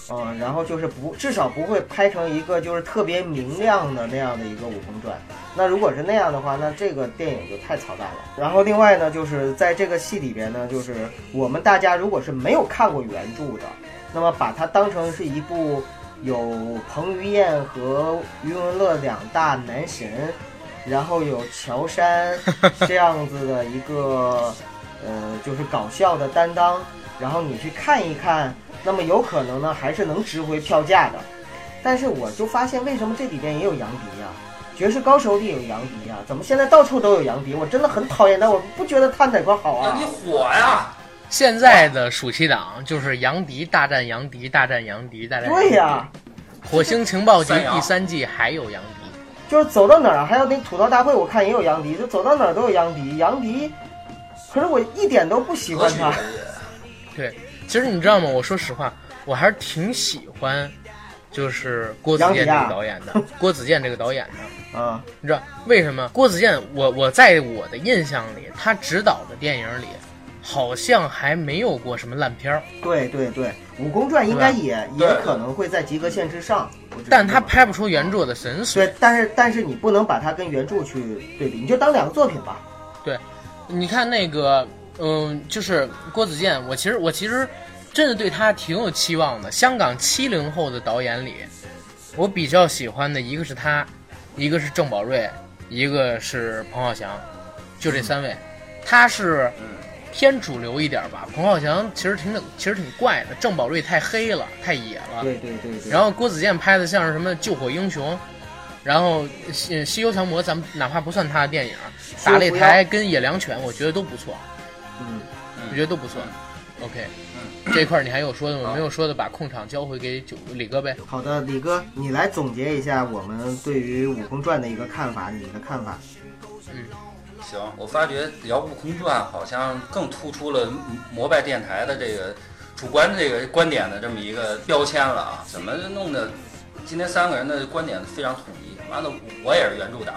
然后就是至少不会拍成一个就是特别明亮的那样的一个《武功传》。那如果是那样的话，那这个电影就太操蛋了。然后另外呢，就是在这个戏里边呢，就是我们大家如果是没有看过原著的，那么把它当成是一部有彭于晏和余文乐两大男神，然后有乔杉这样子的一个就是搞笑的担当，然后你去看一看，那么有可能呢还是能值回票价的。但是我就发现为什么这里边也有杨迪呀，绝世高手里有杨迪呀，怎么现在到处都有杨迪？我真的很讨厌他，我不觉得他哪块好啊。 你火呀！ 现在的暑期档就是杨迪大战杨迪大战杨迪大战杨迪。 对呀， 火星情报局第3季还有杨迪， 就是走到哪儿，还有那吐槽大会，我看也有杨迪，就走到哪儿都有杨迪。杨迪，可是我一点都不喜欢他。 对，其实你知道吗？我说实话，我还是挺喜欢，就是郭子健这个导演的。郭子健这个导演的啊， 你知道为什么？郭子健，我在我的印象里，他执导的电影里，好像还没有过什么烂片儿。 对对对，《武功传》应该也可能会在及格线之上， 但他拍不出原著的神髓。 对，但是你不能把它跟原著去对比，你就当两个作品吧。 对，你看那个，就是郭子健，我其实真的对他挺有期望的。香港70后的导演里，我比较喜欢的一个是他，一个是郑宝瑞，一个是彭浩翔，就这3位。他是偏主流一点吧，彭浩翔其实挺怪的，郑宝瑞太黑了，太野了。 对对对对。 然后郭子健拍的像是什么救火英雄，然后西游降魔，咱们哪怕不算他的电影，打擂台跟野良犬，我觉得都不错。我觉得都不错。OK，这一块你还有说的吗？没有说的，把控场交回给李哥呗。 好的，李哥，你来总结一下我们对于《武功传》的一个看法，你的看法。 行，我发觉聊《悟空传》好像更突出了摩拜电台的这个主观这个观点的这么一个标签了啊！怎么弄的？今天3个人的观点非常统一。完了，我也是原著党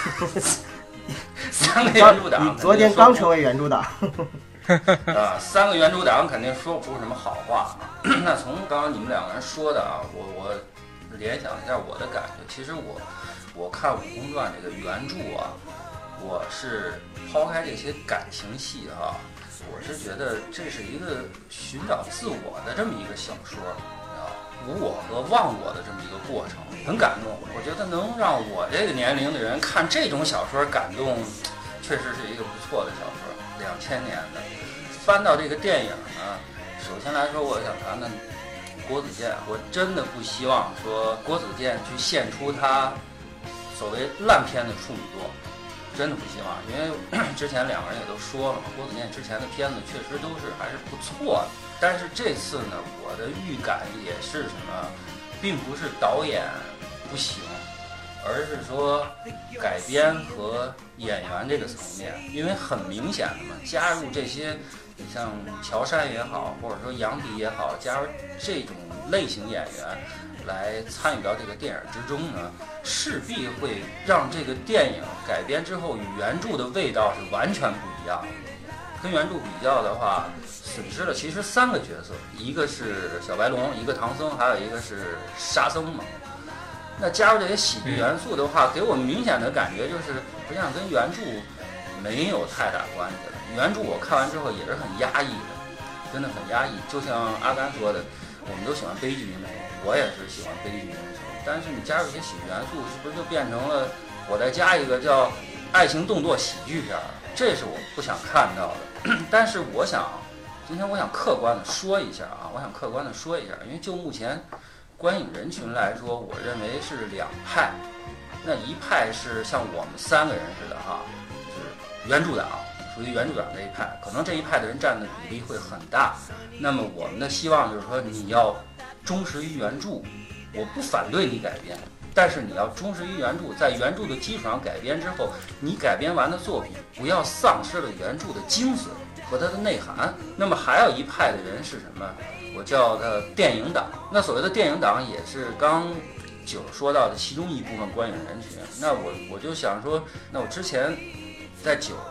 ，3个原著党。 你昨天刚成为原著党。 3个原著党肯定说不出什么好话。那从刚刚你们2个人说的啊，我联想一下我的感觉。其实我看《武功传》这个原著啊，我是抛开这些感情戏啊，我是觉得这是一个寻找自我的这么一个小说啊，无我和忘我的这么一个过程，很感动。我觉得能让我这个年龄的人看这种小说感动，确实是一个不错的小说。2000年的，翻到这个电影呢，首先来说，我想谈谈郭子健。我真的不希望说郭子健去献出他所谓烂片的处女作，真的不希望，因为之前2个人也都说了嘛，郭子健之前的片子确实都是还是不错的。但是这次呢，我的预感也是什么，并不是导演不行，而是说改编和演员这个层面，因为很明显的嘛，加入这些，你像乔杉也好，或者说杨迪也好，加入这种类型演员来参与到这个电影之中呢，势必会让这个电影改编之后与原著的味道是完全不一样的。跟原著比较的话，损失了其实3个角色，一个是小白龙，一个唐僧，还有一个是沙僧嘛。那加入这些喜剧元素的话，给我明显的感觉就是，实际上跟原著没有太大关系了。原著我看完之后也是很压抑的，真的很压抑。就像阿甘说的，我们都喜欢悲剧英雄，我也是喜欢悲剧英雄。但是你加入一些喜剧元素，是不是就变成了我再加一个叫爱情动作喜剧片？这是我不想看到的。但是今天我想客观的说一下啊，因为就目前观影人群来说，我认为是2派。那一派是像我们3个人似的哈，是原著党，属于原著党这一派，可能这一派的人占的比例会很大。那么我们的希望就是说，你要忠实于原著，我不反对你改编，但是你要忠实于原著，在原著的基础上改编之后，你改编完的作品不要丧失了原著的精髓和它的内涵。那么还有一派的人是什么？我叫他电影党。那所谓的电影党也是刚九说到的其中一部分观影人群。那我就想说，那我之前在九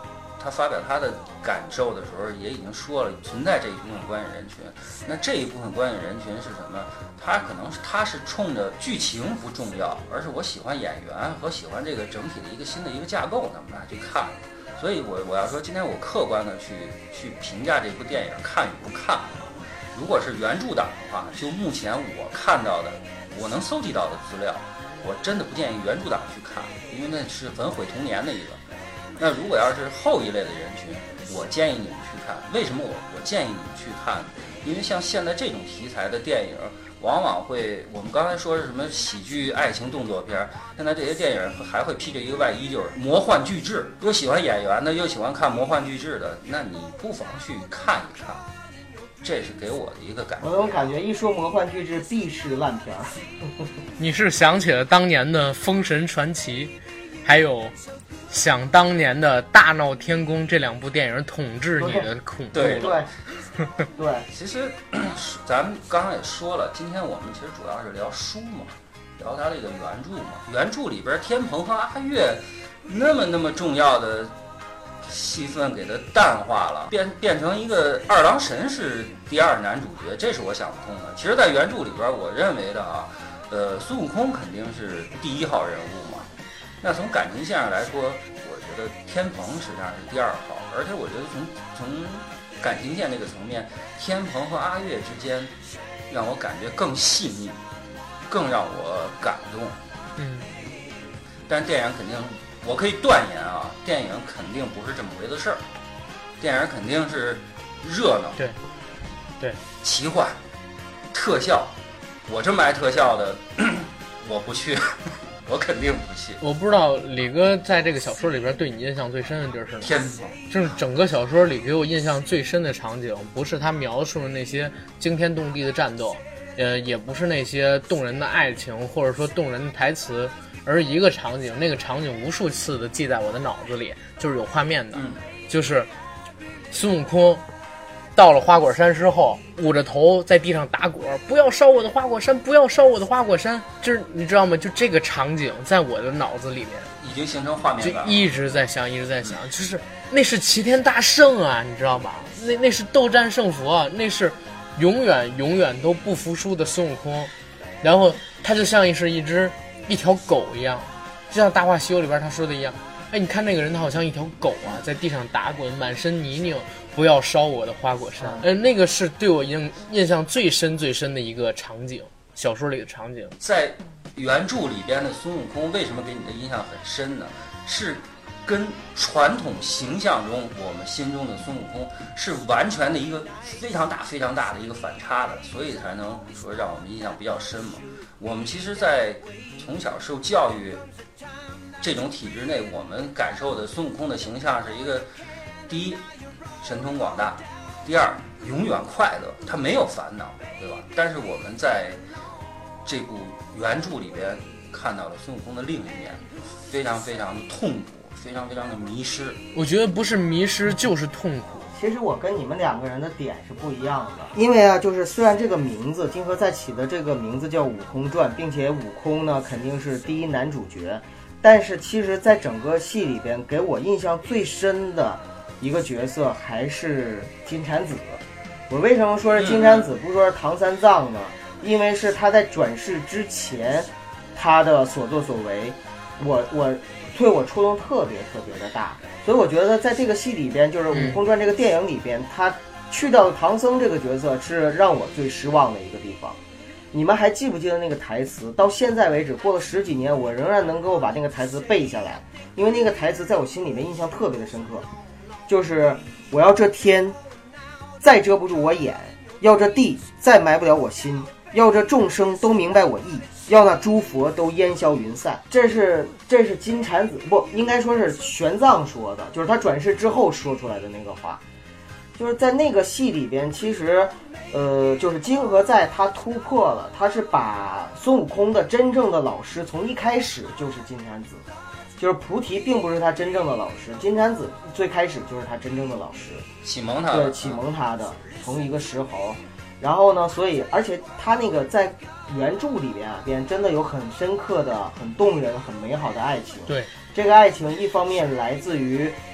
他发表他的感受的时候，也已经说了存在这一部分观影人群。那这一部分观影人群是什么？他是冲着剧情不重要，而是我喜欢演员和喜欢这个整体的一个新的一个架构，那么来去看。所以我要说，今天我客观的去评价这部电影看与不看。如果是原著党的话，就目前我看到的，我能搜集到的资料，我真的不建议原著党去看，因为那是很毁童年的一个。那如果要是后一类的人群，我建议你们去看。为什么我建议你们去看？因为像现在这种题材的电影，往往会，我们刚才说是什么喜剧、爱情、动作片，现在这些电影还会披着一个外衣，就是魔幻巨制。又喜欢演员的，又喜欢看魔幻巨制的，那你不妨去看一看。这是给我的一个感觉。 我总感觉一说魔幻巨制必是烂片儿。 你是想起了当年的《封神传奇》，还有想当年的《大闹天宫》这两部电影统治你的恐怖。 对对。 其实咱们刚刚也说了，今天我们其实主要是聊书嘛，聊它这个原著嘛。原著里边天蓬和阿月那么重要的戏份给它淡化了，变成一个二郎神是第二男主角，这是我想不通的。其实，在原著里边，我认为的孙悟空肯定是第一号人物嘛。那从感情线上来说，我觉得天蓬实际上是第二号，而且我觉得从感情线这个层面，天蓬和阿月之间让我感觉更细腻，更让我感动。但是电影肯定。我可以断言啊，电影肯定不是这么回事儿，电影肯定是热闹， 对， 奇幻，特效。我这么爱特效的，我不去，我肯定不去。 我不知道李哥在这个小说里边对你印象最深的地儿是哪？ 天蓬， 就是整个小说里给我印象最深的场景，不是他描述的那些惊天动地的战斗，也不是那些动人的爱情，或者说动人的台词。而一个场景，那个场景无数次的记在我的脑子里，就是有画面的，就是孙悟空到了花果山之后，捂着头在地上打滚，不要烧我的花果山，不要烧我的花果山，就是你知道吗？就这个场景在我的脑子里面已经形成画面感， 就一直在想，就是那是齐天大圣啊，你知道吗？那是斗战胜佛，那是永远都不服输的孙悟空，然后他就像是一条狗一样，就像《大话西游》里边他说的一样，哎，你看那个人他好像一条狗啊，在地上打滚，满身泥泞，不要烧我的花果山。那个是对我印象最深的一个场景，小说里的场景。 在原著里边的孙悟空为什么给你的印象很深呢？是跟传统形象中我们心中的孙悟空是完全的一个非常大的一个反差的，所以才能说让我们印象比较深嘛。我们其实在从小受教育这种体制内，我们感受的孙悟空的形象是一个，第一神通广大，第二永远快乐，他没有烦恼，对吧？但是我们在这部原著里边看到了孙悟空的另一面，非常的痛苦，非常的迷失。我觉得不是迷失就是痛苦。 其实我跟你们两个人的点是不一样的，因为啊，就是虽然这个名字金河在起的这个名字叫《悟空传》，并且悟空呢肯定是第一男主角，但是其实在整个戏里边给我印象最深的一个角色还是金蝉子。我为什么说是金蝉子，不说是唐三藏呢？因为是他在转世之前他的所作所为，我对我触动特别的大。所以我觉得在这个戏里边，就是《悟空传》这个电影里边，他去掉唐僧这个角色是让我最失望的一个地方。你们还记不记得那个台词？到现在为止，过了10几年，我仍然能够把那个台词背下来，因为那个台词在我心里面印象特别的深刻。就是我要这天再遮不住我眼，要这地再埋不了我心，要这众生都明白我意，要那诸佛都烟消云散。这是金蝉子，不应该说是玄奘说的，就是他转世之后说出来的那个话。就是在那个戏里边，其实就是金河在他突破了，他是把孙悟空的真正的老师从一开始就是金蝉子，就是菩提并不是他真正的老师，金蝉子最开始就是他真正的老师， 启蒙他的， 对，启蒙他的，从一个石猴。然后呢，所以而且他那个在原著里边真的有很深刻的、很动人、很美好的爱情。 对， 这个爱情一方面来自于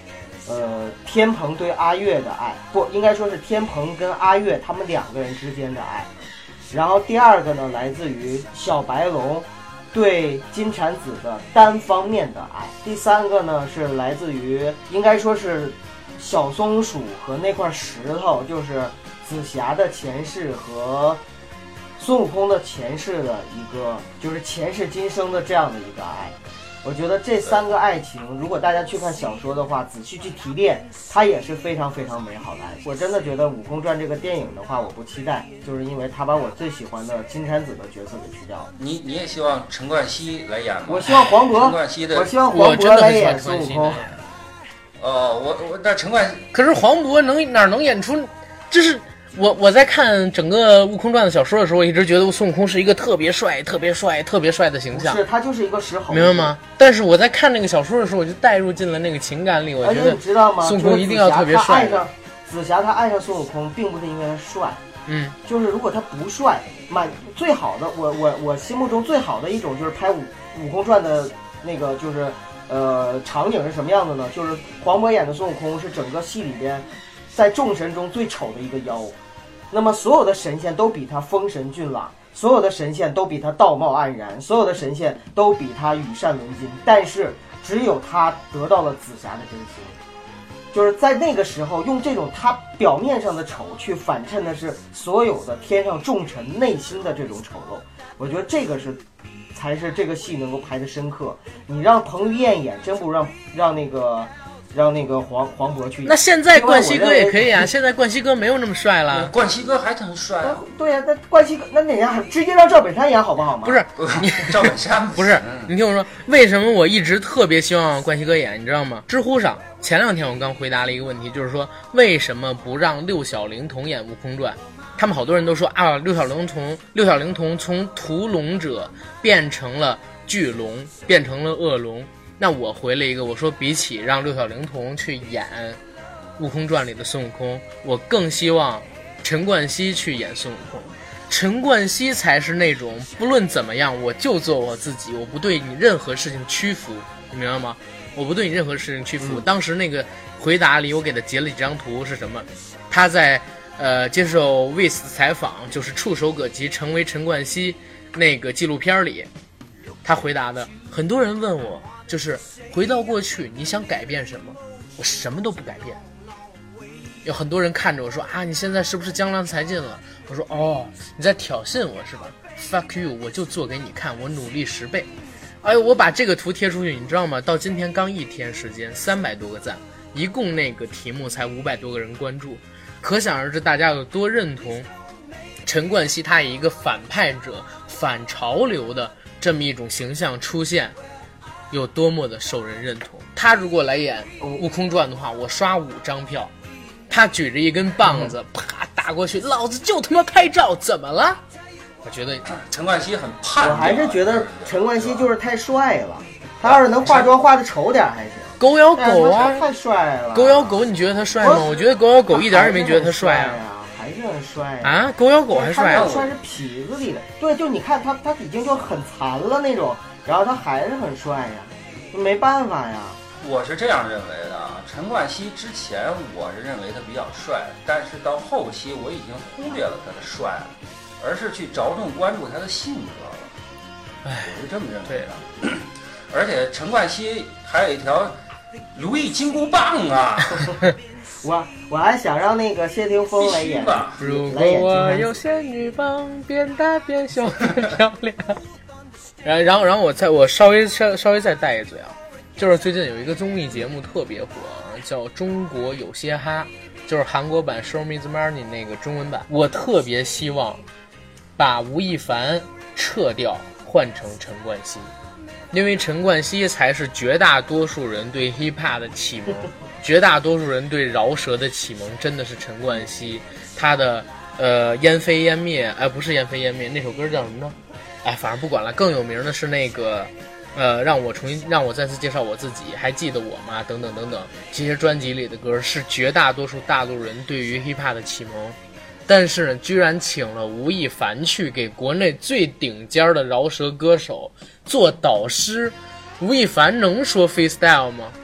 天蓬对阿月的爱，不应该说是天蓬跟阿月他们两个人之间的爱。然后第二个呢，来自于小白龙对金蝉子的单方面的爱。第三个呢，是来自于应该说是小松鼠和那块石头，就是紫霞的前世和孙悟空的前世的一个，就是前世今生的这样的一个爱。我觉得这三个爱情，如果大家去看小说的话，仔细去提炼，它也是非常非常美好的爱。我真的觉得《悟空传》这个电影的话，我不期待，就是因为他把我最喜欢的金蝉子的角色给去掉了。 你也希望陈冠希来演吗？ 我希望黄渤， 陈冠希的， 我希望黄渤来演孙悟空。 但陈冠， 可是黄渤哪能演出？就是我在看整个《悟空传》的小说的时候，我一直觉得孙悟空是一个特别帅的形象， 是他就是一个石猴， 明白吗？但是我在看那个小说的时候，我就带入进了那个情感里，我觉得你知道吗？ 孙悟空一定要特别帅。 紫霞她爱上孙悟空，并不是因为他帅，就是如果他不帅，最好的我心目中最好的一种就是拍悟空传的那个就是场景是什么样的呢？就是黄渤演的孙悟空是整个戏里边在众神中最丑的一个妖，那么所有的神仙都比他风神俊朗，所有的神仙都比他道貌岸然，所有的神仙都比他羽扇纶巾，但是只有他得到了紫霞的真心。就是在那个时候，用这种他表面上的丑去反衬的是所有的天上众神内心的这种丑陋。我觉得这个才是这个戏能够拍得深刻。你让彭于晏演，真不如让那个黄渤去演。 那现在冠希哥也可以啊，现在冠希哥没有那么帅了。 冠希哥还很帅啊。 对呀，那冠希哥那哪样直接让赵本山演好不好吗？ 不是你赵本山不是，你听我说，为什么我一直特别希望冠希哥演，你知道吗？知乎上前2天我刚回答了一个问题，就是说为什么不让六小龄童演《悟空传》？他们好多人都说啊，六小龄童从屠龙者变成了巨龙，变成了恶龙。那我回了一个，我说比起让六小龄童去演《悟空传》里的孙悟空，我更希望陈冠希去演孙悟空。陈冠希才是那种不论怎么样我就做我自己，我不对你任何事情屈服，你明白吗？我不对你任何事情屈服。当时那个回答里我给他截了几张图，是什么？他在接受 Vice 采访，就是触手可及成为陈冠希那个纪录片里，他回答的。很多人问我，就是回到过去你想改变什么？我什么都不改变。有很多人看着我说啊，你现在是不是江郎才尽了？我说哦，你在挑衅我是吧 ？Fuck you， 我就做给你看，我努力10倍。哎呦，我把这个图贴出去，你知道吗？到今天刚1天时间，300多个赞，一共那个题目才500多个人关注，可想而知大家有多认同陈冠希他以一个反派者、反潮流的这么一种形象出现，有多么的受人认同。他如果来演《悟空传》的话，我刷5张票。他举着一根棒子，啪打过去，老子就他妈拍照，怎么了？我觉得陈冠希很叛逆。 我还是觉得陈冠希就是太帅了，他要是能化妆化的丑点还行。 狗咬狗啊， 太帅了！ 狗咬狗，你觉得他帅吗？我觉得狗咬狗一点也没觉得他帅啊， 还是很帅啊！狗咬狗还帅啊！ 他帅是痞子里的，对，就你看他已经就很残了那种，然后他还是很帅呀，没办法呀。 我是这样认为的，陈冠希之前我是认为他比较帅，但是到后期我已经忽略了他的帅了，而是去着重关注他的性格了。我是这么认为的。而且陈冠希还有一条如意金箍棒啊！ 我还想让那个谢霆锋来演。 如果我有仙女棒，变大变小变漂亮。然后我稍微再带一嘴啊。就是最近有一个综艺节目特别火，叫《中国有嘻哈》，就是韩国版 Show Me the Money 那个中文版。我特别希望把吴亦凡撤掉，换成陈冠希，因为陈冠希才是绝大多数人对 hiphop 的启蒙，绝大多数人对饶舌的启蒙真的是陈冠希。他的烟飞烟灭，不是烟飞烟灭，那首歌叫什么呢？反正不管了，更有名的是那个。让我再次介绍我自己，还记得我吗？等等等等，这些专辑里的歌是绝大多数大陆人对于 hiphop 的启蒙，但是呢，居然请了吴亦凡去给国内最顶尖的饶舌歌手做导师。吴亦凡能说 freestyle 吗？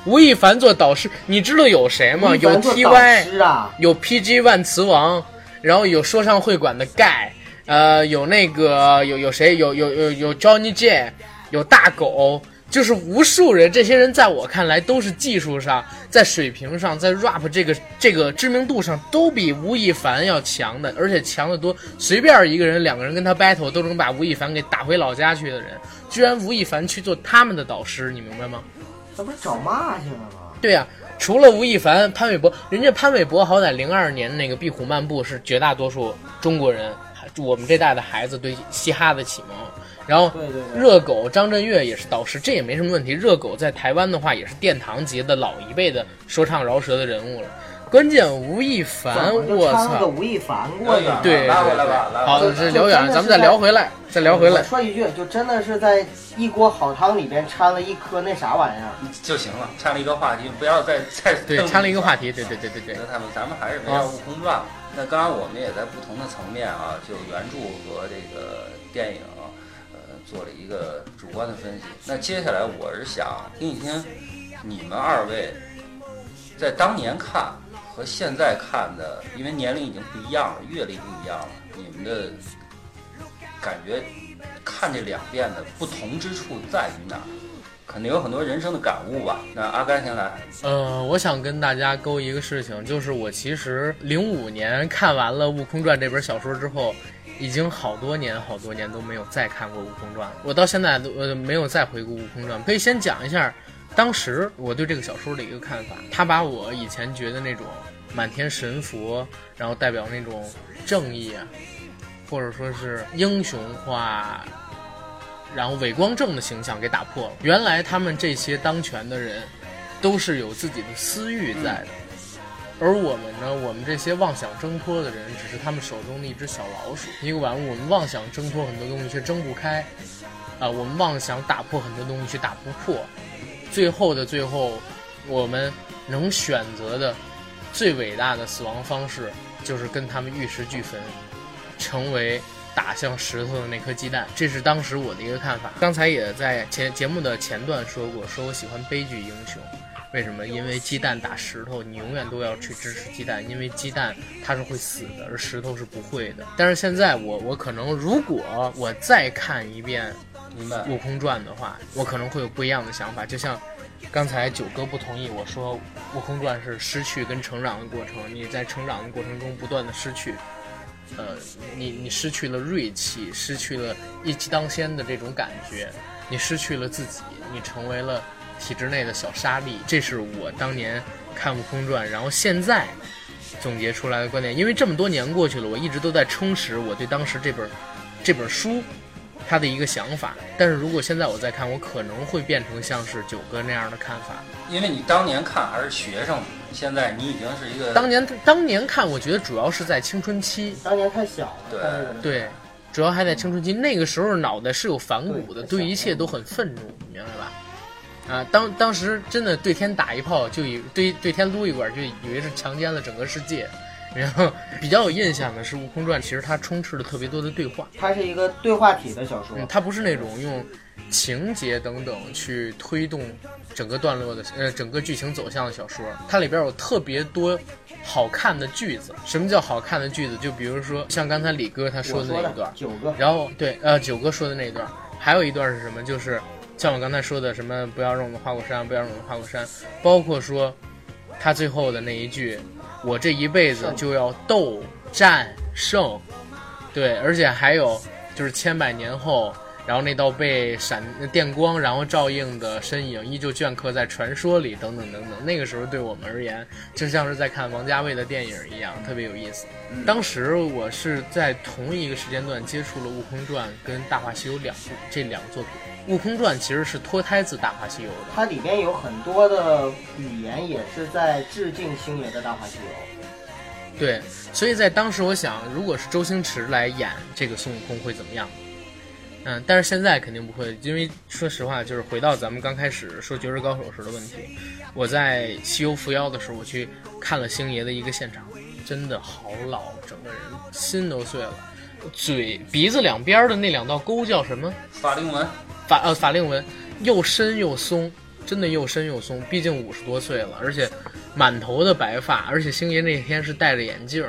吴亦凡做导师，你知道有谁吗？有 TY， 有 PG 万磁王，然后有说唱会馆的盖，有那个有谁？有 Johnny J， 有大狗，就是无数人。这些人在我看来都是技术上、在水平上、在 rap 这个知名度上都比吴亦凡要强的，而且强得多。随便一个人、两个人跟他 battle 都能把吴亦凡给打回老家去的人，居然吴亦凡去做他们的导师，你明白吗？ 那不是找骂去了吗？ 对呀、除了吴亦凡、潘玮柏，人家潘玮柏好歹02年那个《壁虎漫步》是绝大多数中国人，我们这代的孩子对嘻哈的启蒙。然后热狗张震岳也是导师，这也没什么问题。热狗在台湾的话也是殿堂级的老一辈的说唱饶舌的人物了。关键吴亦凡，我操， 吴亦凡过去， 对， 拉回来吧。 好，这聊远了，咱们再聊回来。 我说一句，就真的是在一锅好汤里边掺了一颗那啥玩意儿就行了，掺了一个话题，不要再对，掺了一个话题，对。 那咱们还是围绕《悟空传》。那刚刚我们也在不同的层面啊，就原著和这个电影，做了一个主观的分析。那接下来我是想听一听你们二位在当年看和现在看的，因为年龄已经不一样了，阅历不一样了，你们的感觉看这两遍的不同之处在于哪儿？肯定有很多人生的感悟吧。那阿甘先来。 我想跟大家勾一个事情，就是我其实05年看完了《悟空传》这本小说之后，已经好多年都没有再看过《悟空传》了。我到现在都没有再回顾《悟空传》。可以先讲一下当时我对这个小说的一个看法。他把我以前觉得那种满天神佛，然后代表那种正义啊，或者说是英雄化，然后伪光正的形象给打破了。原来他们这些当权的人都是有自己的私欲在的，而我们呢，我们这些妄想挣脱的人只是他们手中的一只小老鼠。一个玩物，我们妄想挣脱很多东西却挣不开，我们妄想打破很多东西却打不破，最后的最后，我们能选择的最伟大的死亡方式就是跟他们玉石俱焚，成为打向石头的那颗鸡蛋。这是当时我的一个看法。刚才也在节目的前段说过，说我喜欢悲剧英雄。为什么？因为鸡蛋打石头，你永远都要去支持鸡蛋，因为鸡蛋它是会死的，而石头是不会的。但是现在我可能，如果我再看一遍《悟空传》的话，我可能会有不一样的想法。就像刚才九哥不同意我说，《悟空传》是失去跟成长的过程，你在成长的过程中不断的失去。你失去了锐气，失去了一骑当先的这种感觉，你失去了自己，你成为了体制内的小沙粒。这是我当年看《悟空传》，然后现在总结出来的观点。因为这么多年过去了，我一直都在充实我对当时这本书它的一个想法。但是如果现在我再看，我可能会变成像是九哥那样的看法。 因为你当年看还是学生，现在你已经是一个当年看，我觉得主要是在青春期， 当年太小了。 对，主要还在青春期，那个时候脑袋是有反骨的，对一切都很愤怒，明白吧？当时真的对天打一炮，就对天撸一管，就以为是强奸了整个世界。然后比较有印象的是《悟空传》，其实它充斥了特别多的对话， 它是一个对话体的小说， 它不是那种用情节等等去推动整个段落的整个剧情走向的小说。它里边有特别多好看的句子。什么叫好看的句子？就比如说像刚才李哥他说的那一段， 九哥， 然后对九哥说的那一段，还有一段是什么？就是像我刚才说的什么不要让我们花果山，不要让我们花果山，包括说他最后的那一句，我这一辈子就要斗战胜。对，而且还有就是千百年后，然后那道被电光然后照映的身影依旧镌刻在传说里，等等等等。那个时候对我们而言就像是在看王家卫的电影一样，特别有意思。当时我是在同一个时间段接触了《悟空传》跟《大话西游》这两个作品。《悟空传》其实是脱胎自《大话西游》的， 它里边有很多的语言也是在致敬星爷的《大话西游》。 对，所以在当时我想，如果是周星驰来演这个孙悟空会怎么样？但是现在肯定不会，因为说实话，就是回到咱们刚开始说《绝世高手》时的问题，我在《西游伏妖》的时候，我去看了星爷的一个现场，真的好老，整个人心都碎了，鼻子两边的那两道沟叫什么？ 法令纹。 法令纹又深又松， 真的又深又松，毕竟50多岁了，而且满头的白发，而且星爷那天是戴着眼镜，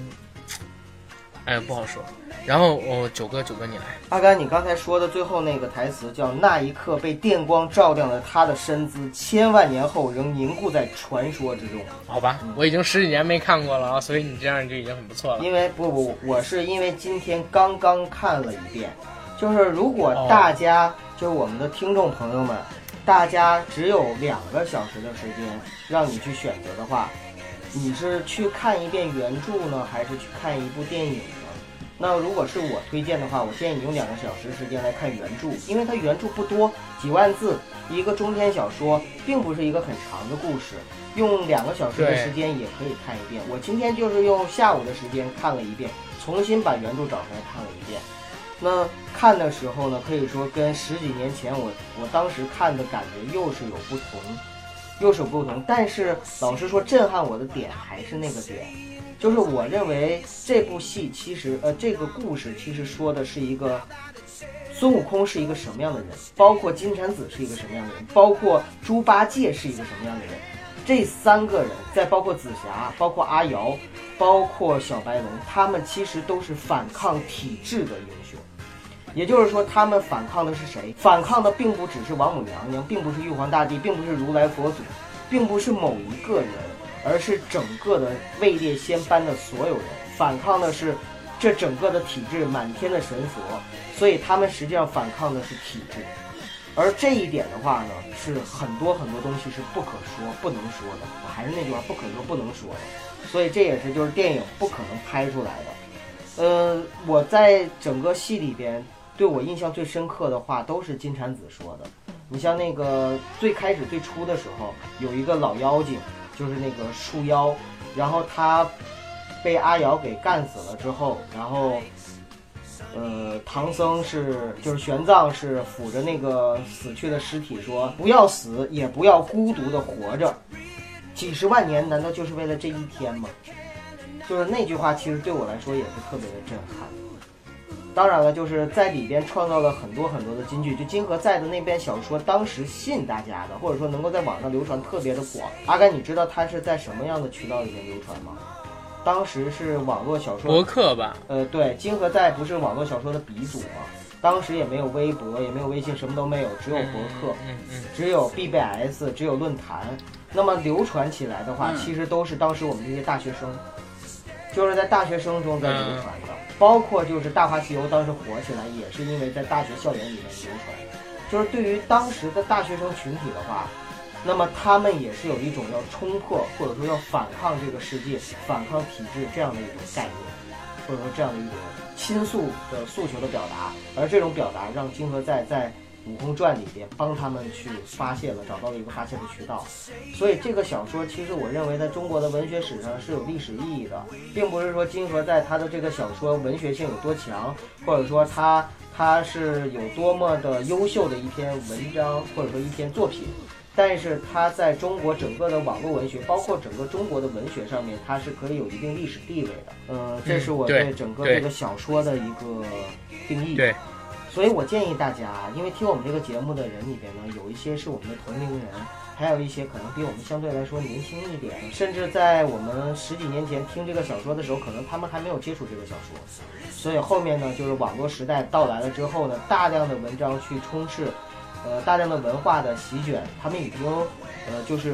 不好说。然后九哥你来。 阿甘，你刚才说的最后那个台词叫“那一刻被电光照亮了他的身姿，千万年后仍凝固在传说之中”。 好吧，我已经10几年没看过了啊，所以你这样就已经很不错了。 因为我是因为今天刚刚看了一遍，就是如果大家、就是我们的听众朋友们，大家只有2个小时的时间让你去选择的话，你是去看一遍原著呢，还是去看一部电影呢？那如果是我推荐的话，我建议你用2个小时时间来看原著，因为它原著不多，几万字，一个中篇小说，并不是一个很长的故事，用2个小时的时间也可以看一遍。我今天就是用下午的时间看了一遍，重新把原著找出来看了一遍。那看的时候呢，可以说跟10几年前我当时看的感觉又是有不同，但是老实说，震撼我的点还是那个点。就是我认为这部戏其实这个故事其实说的是一个孙悟空是一个什么样的人，包括金蝉子是一个什么样的人，包括猪八戒是一个什么样的人。这3个人，再包括紫霞，包括阿瑶，包括小白龙，他们其实都是反抗体制的英雄。也就是说，他们反抗的是谁？反抗的并不只是王母娘娘，并不是玉皇大帝，并不是如来佛祖，并不是某一个人，而是整个的位列仙班的所有人。反抗的是这整个的体制，满天的神佛，所以他们实际上反抗的是体制。而这一点的话呢，是很多东西是不可说不能说的。我还是那句话，不可说不能说的。所以这也是就是电影不可能拍出来的。我在整个戏里边对我印象最深刻的话都是金蝉子说的。你像那个最开始最初的时候，有一个老妖精，就是那个树妖，然后他被阿瑶给干死了之后，然后唐僧就是玄奘是抚着那个死去的尸体说，不要死也不要孤独的活着，几十万年难道就是为了这一天吗？就是那句话其实对我来说也是特别的震撼。当然了，就是在里边创造了很多的金句，就金河在的那篇小说当时吸引大家的，或者说能够在网上流传特别的广。阿甘，你知道它是在什么样的渠道里面流传吗？当时是网络小说博客吧？ 对，金河在不是网络小说的鼻祖吗？当时也没有微博，也没有微信，什么都没有，只有博客，只有 BBS， 只有论坛。那么流传起来的话，其实都是当时我们这些大学生，就是在大学生中在流传的。包括就是《大话西游》当时火起来，也是因为在大学校园里面流传。就是对于当时的大学生群体的话，那么他们也是有一种要冲破或者说要反抗这个世界、反抗体制这样的一种概念，或者说这样的一种倾诉的诉求的表达。而这种表达让金河在《悟空传》里边帮他们去发泄了，找到了一个发泄的渠道。所以这个小说其实我认为在中国的文学史上是有历史意义的，并不是说金河在他的这个小说文学性有多强，或者说他是有多么的优秀的一篇文章或者说一篇作品，但是他在中国整个的网络文学，包括整个中国的文学上面，它是可以有一定历史地位的。这是我对整个这个小说的一个定义。 对。 所以我建议大家，因为听我们这个节目的人里边呢，有一些是我们的同龄人，还有一些可能比我们相对来说年轻一点，甚至在我们10几年前听这个小说的时候，可能他们还没有接触这个小说。所以后面呢，就是网络时代到来了之后呢，大量的文章去充斥，大量的文化的席卷，他们已经就是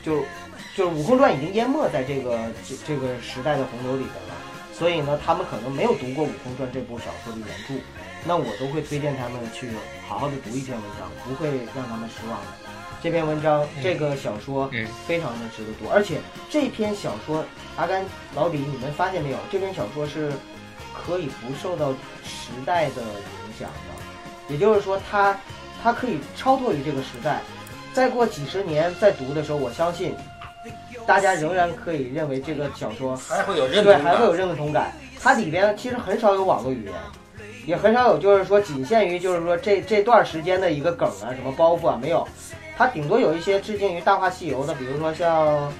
《悟空传》已经淹没在这个时代的洪流里边了。所以呢，他们可能没有读过《悟空传》这部小说的原著。那我都会推荐他们去好好的读一篇文章，不会让他们失望的。这篇文章，这个小说非常的值得读，而且这篇小说，阿甘老李，你们发现没有？这篇小说是可以不受到时代的影响的，也就是说它可以超脱于这个时代。再过几十年再读的时候，我相信大家仍然可以认为这个小说还会有认同感， 还会有认同感。它里边其实很少有网络语言。也很少有就是说仅限于就是说这段时间的一个梗啊，什么包袱啊，没有。它顶多有一些致敬于《大话西游》的，比如说像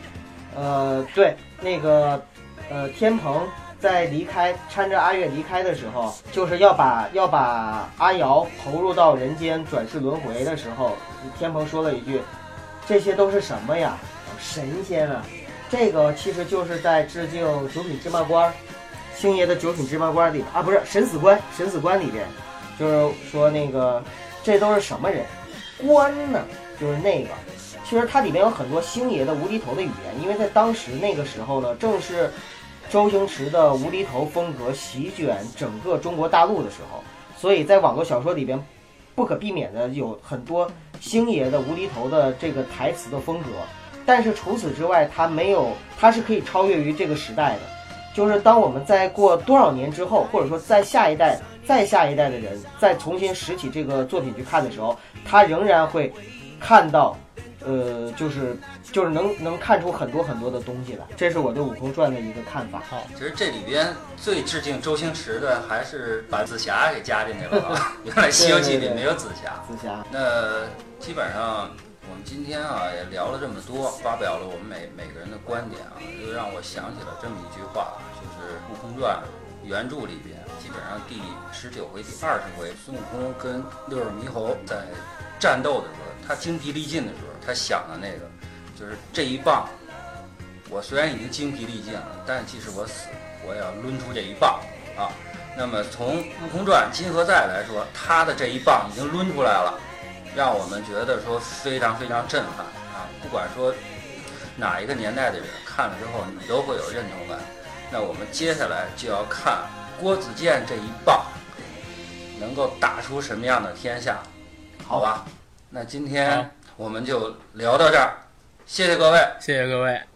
天蓬在搀着阿月离开的时候，就是要把阿瑶投入到人间转世轮回的时候，天蓬说了一句这些都是什么呀？神仙啊！这个其实就是在致敬九品芝麻官，星爷的九品芝麻官里啊，不是审死官，审死官里边就是说那个这都是什么人？官呢，就是那个。其实它里面有很多星爷的无厘头的语言，因为在当时那个时候呢，正是周星驰的无厘头风格席卷整个中国大陆的时候，所以在网络小说里边不可避免的有很多星爷的无厘头的这个台词的风格。但是除此之外，它是可以超越于这个时代的。就是当我们在过多少年之后，或者说在下一代、再下一代的人再重新拾起这个作品去看的时候，他仍然会看到就是能看出很多很多的东西来，这是我对《悟空传》的一个看法。 其实这里边最致敬周星驰的还是把紫霞给加进去了啊！原来《西游记》里没有紫霞。 紫霞。 那基本上我们今天啊也聊了这么多，发表了我们每个人的观点啊，就让我想起了这么一句话，就是《悟空传》原著里边，基本上第19回、第20回，孙悟空跟六耳猕猴在战斗的时候，他精疲力尽的时候，他想的那个就是这一棒，我虽然已经精疲力尽了，但即使我死，我也要抡出这一棒啊。那么从《悟空传》金河在来说，他的这一棒已经抡出来了，让我们觉得说非常非常震撼啊！不管说哪一个年代的人看了之后，你都会有认同感。那我们接下来就要看郭子健这一棒能够打出什么样的天下，好吧？那今天我们就聊到这儿，谢谢各位， 谢谢各位。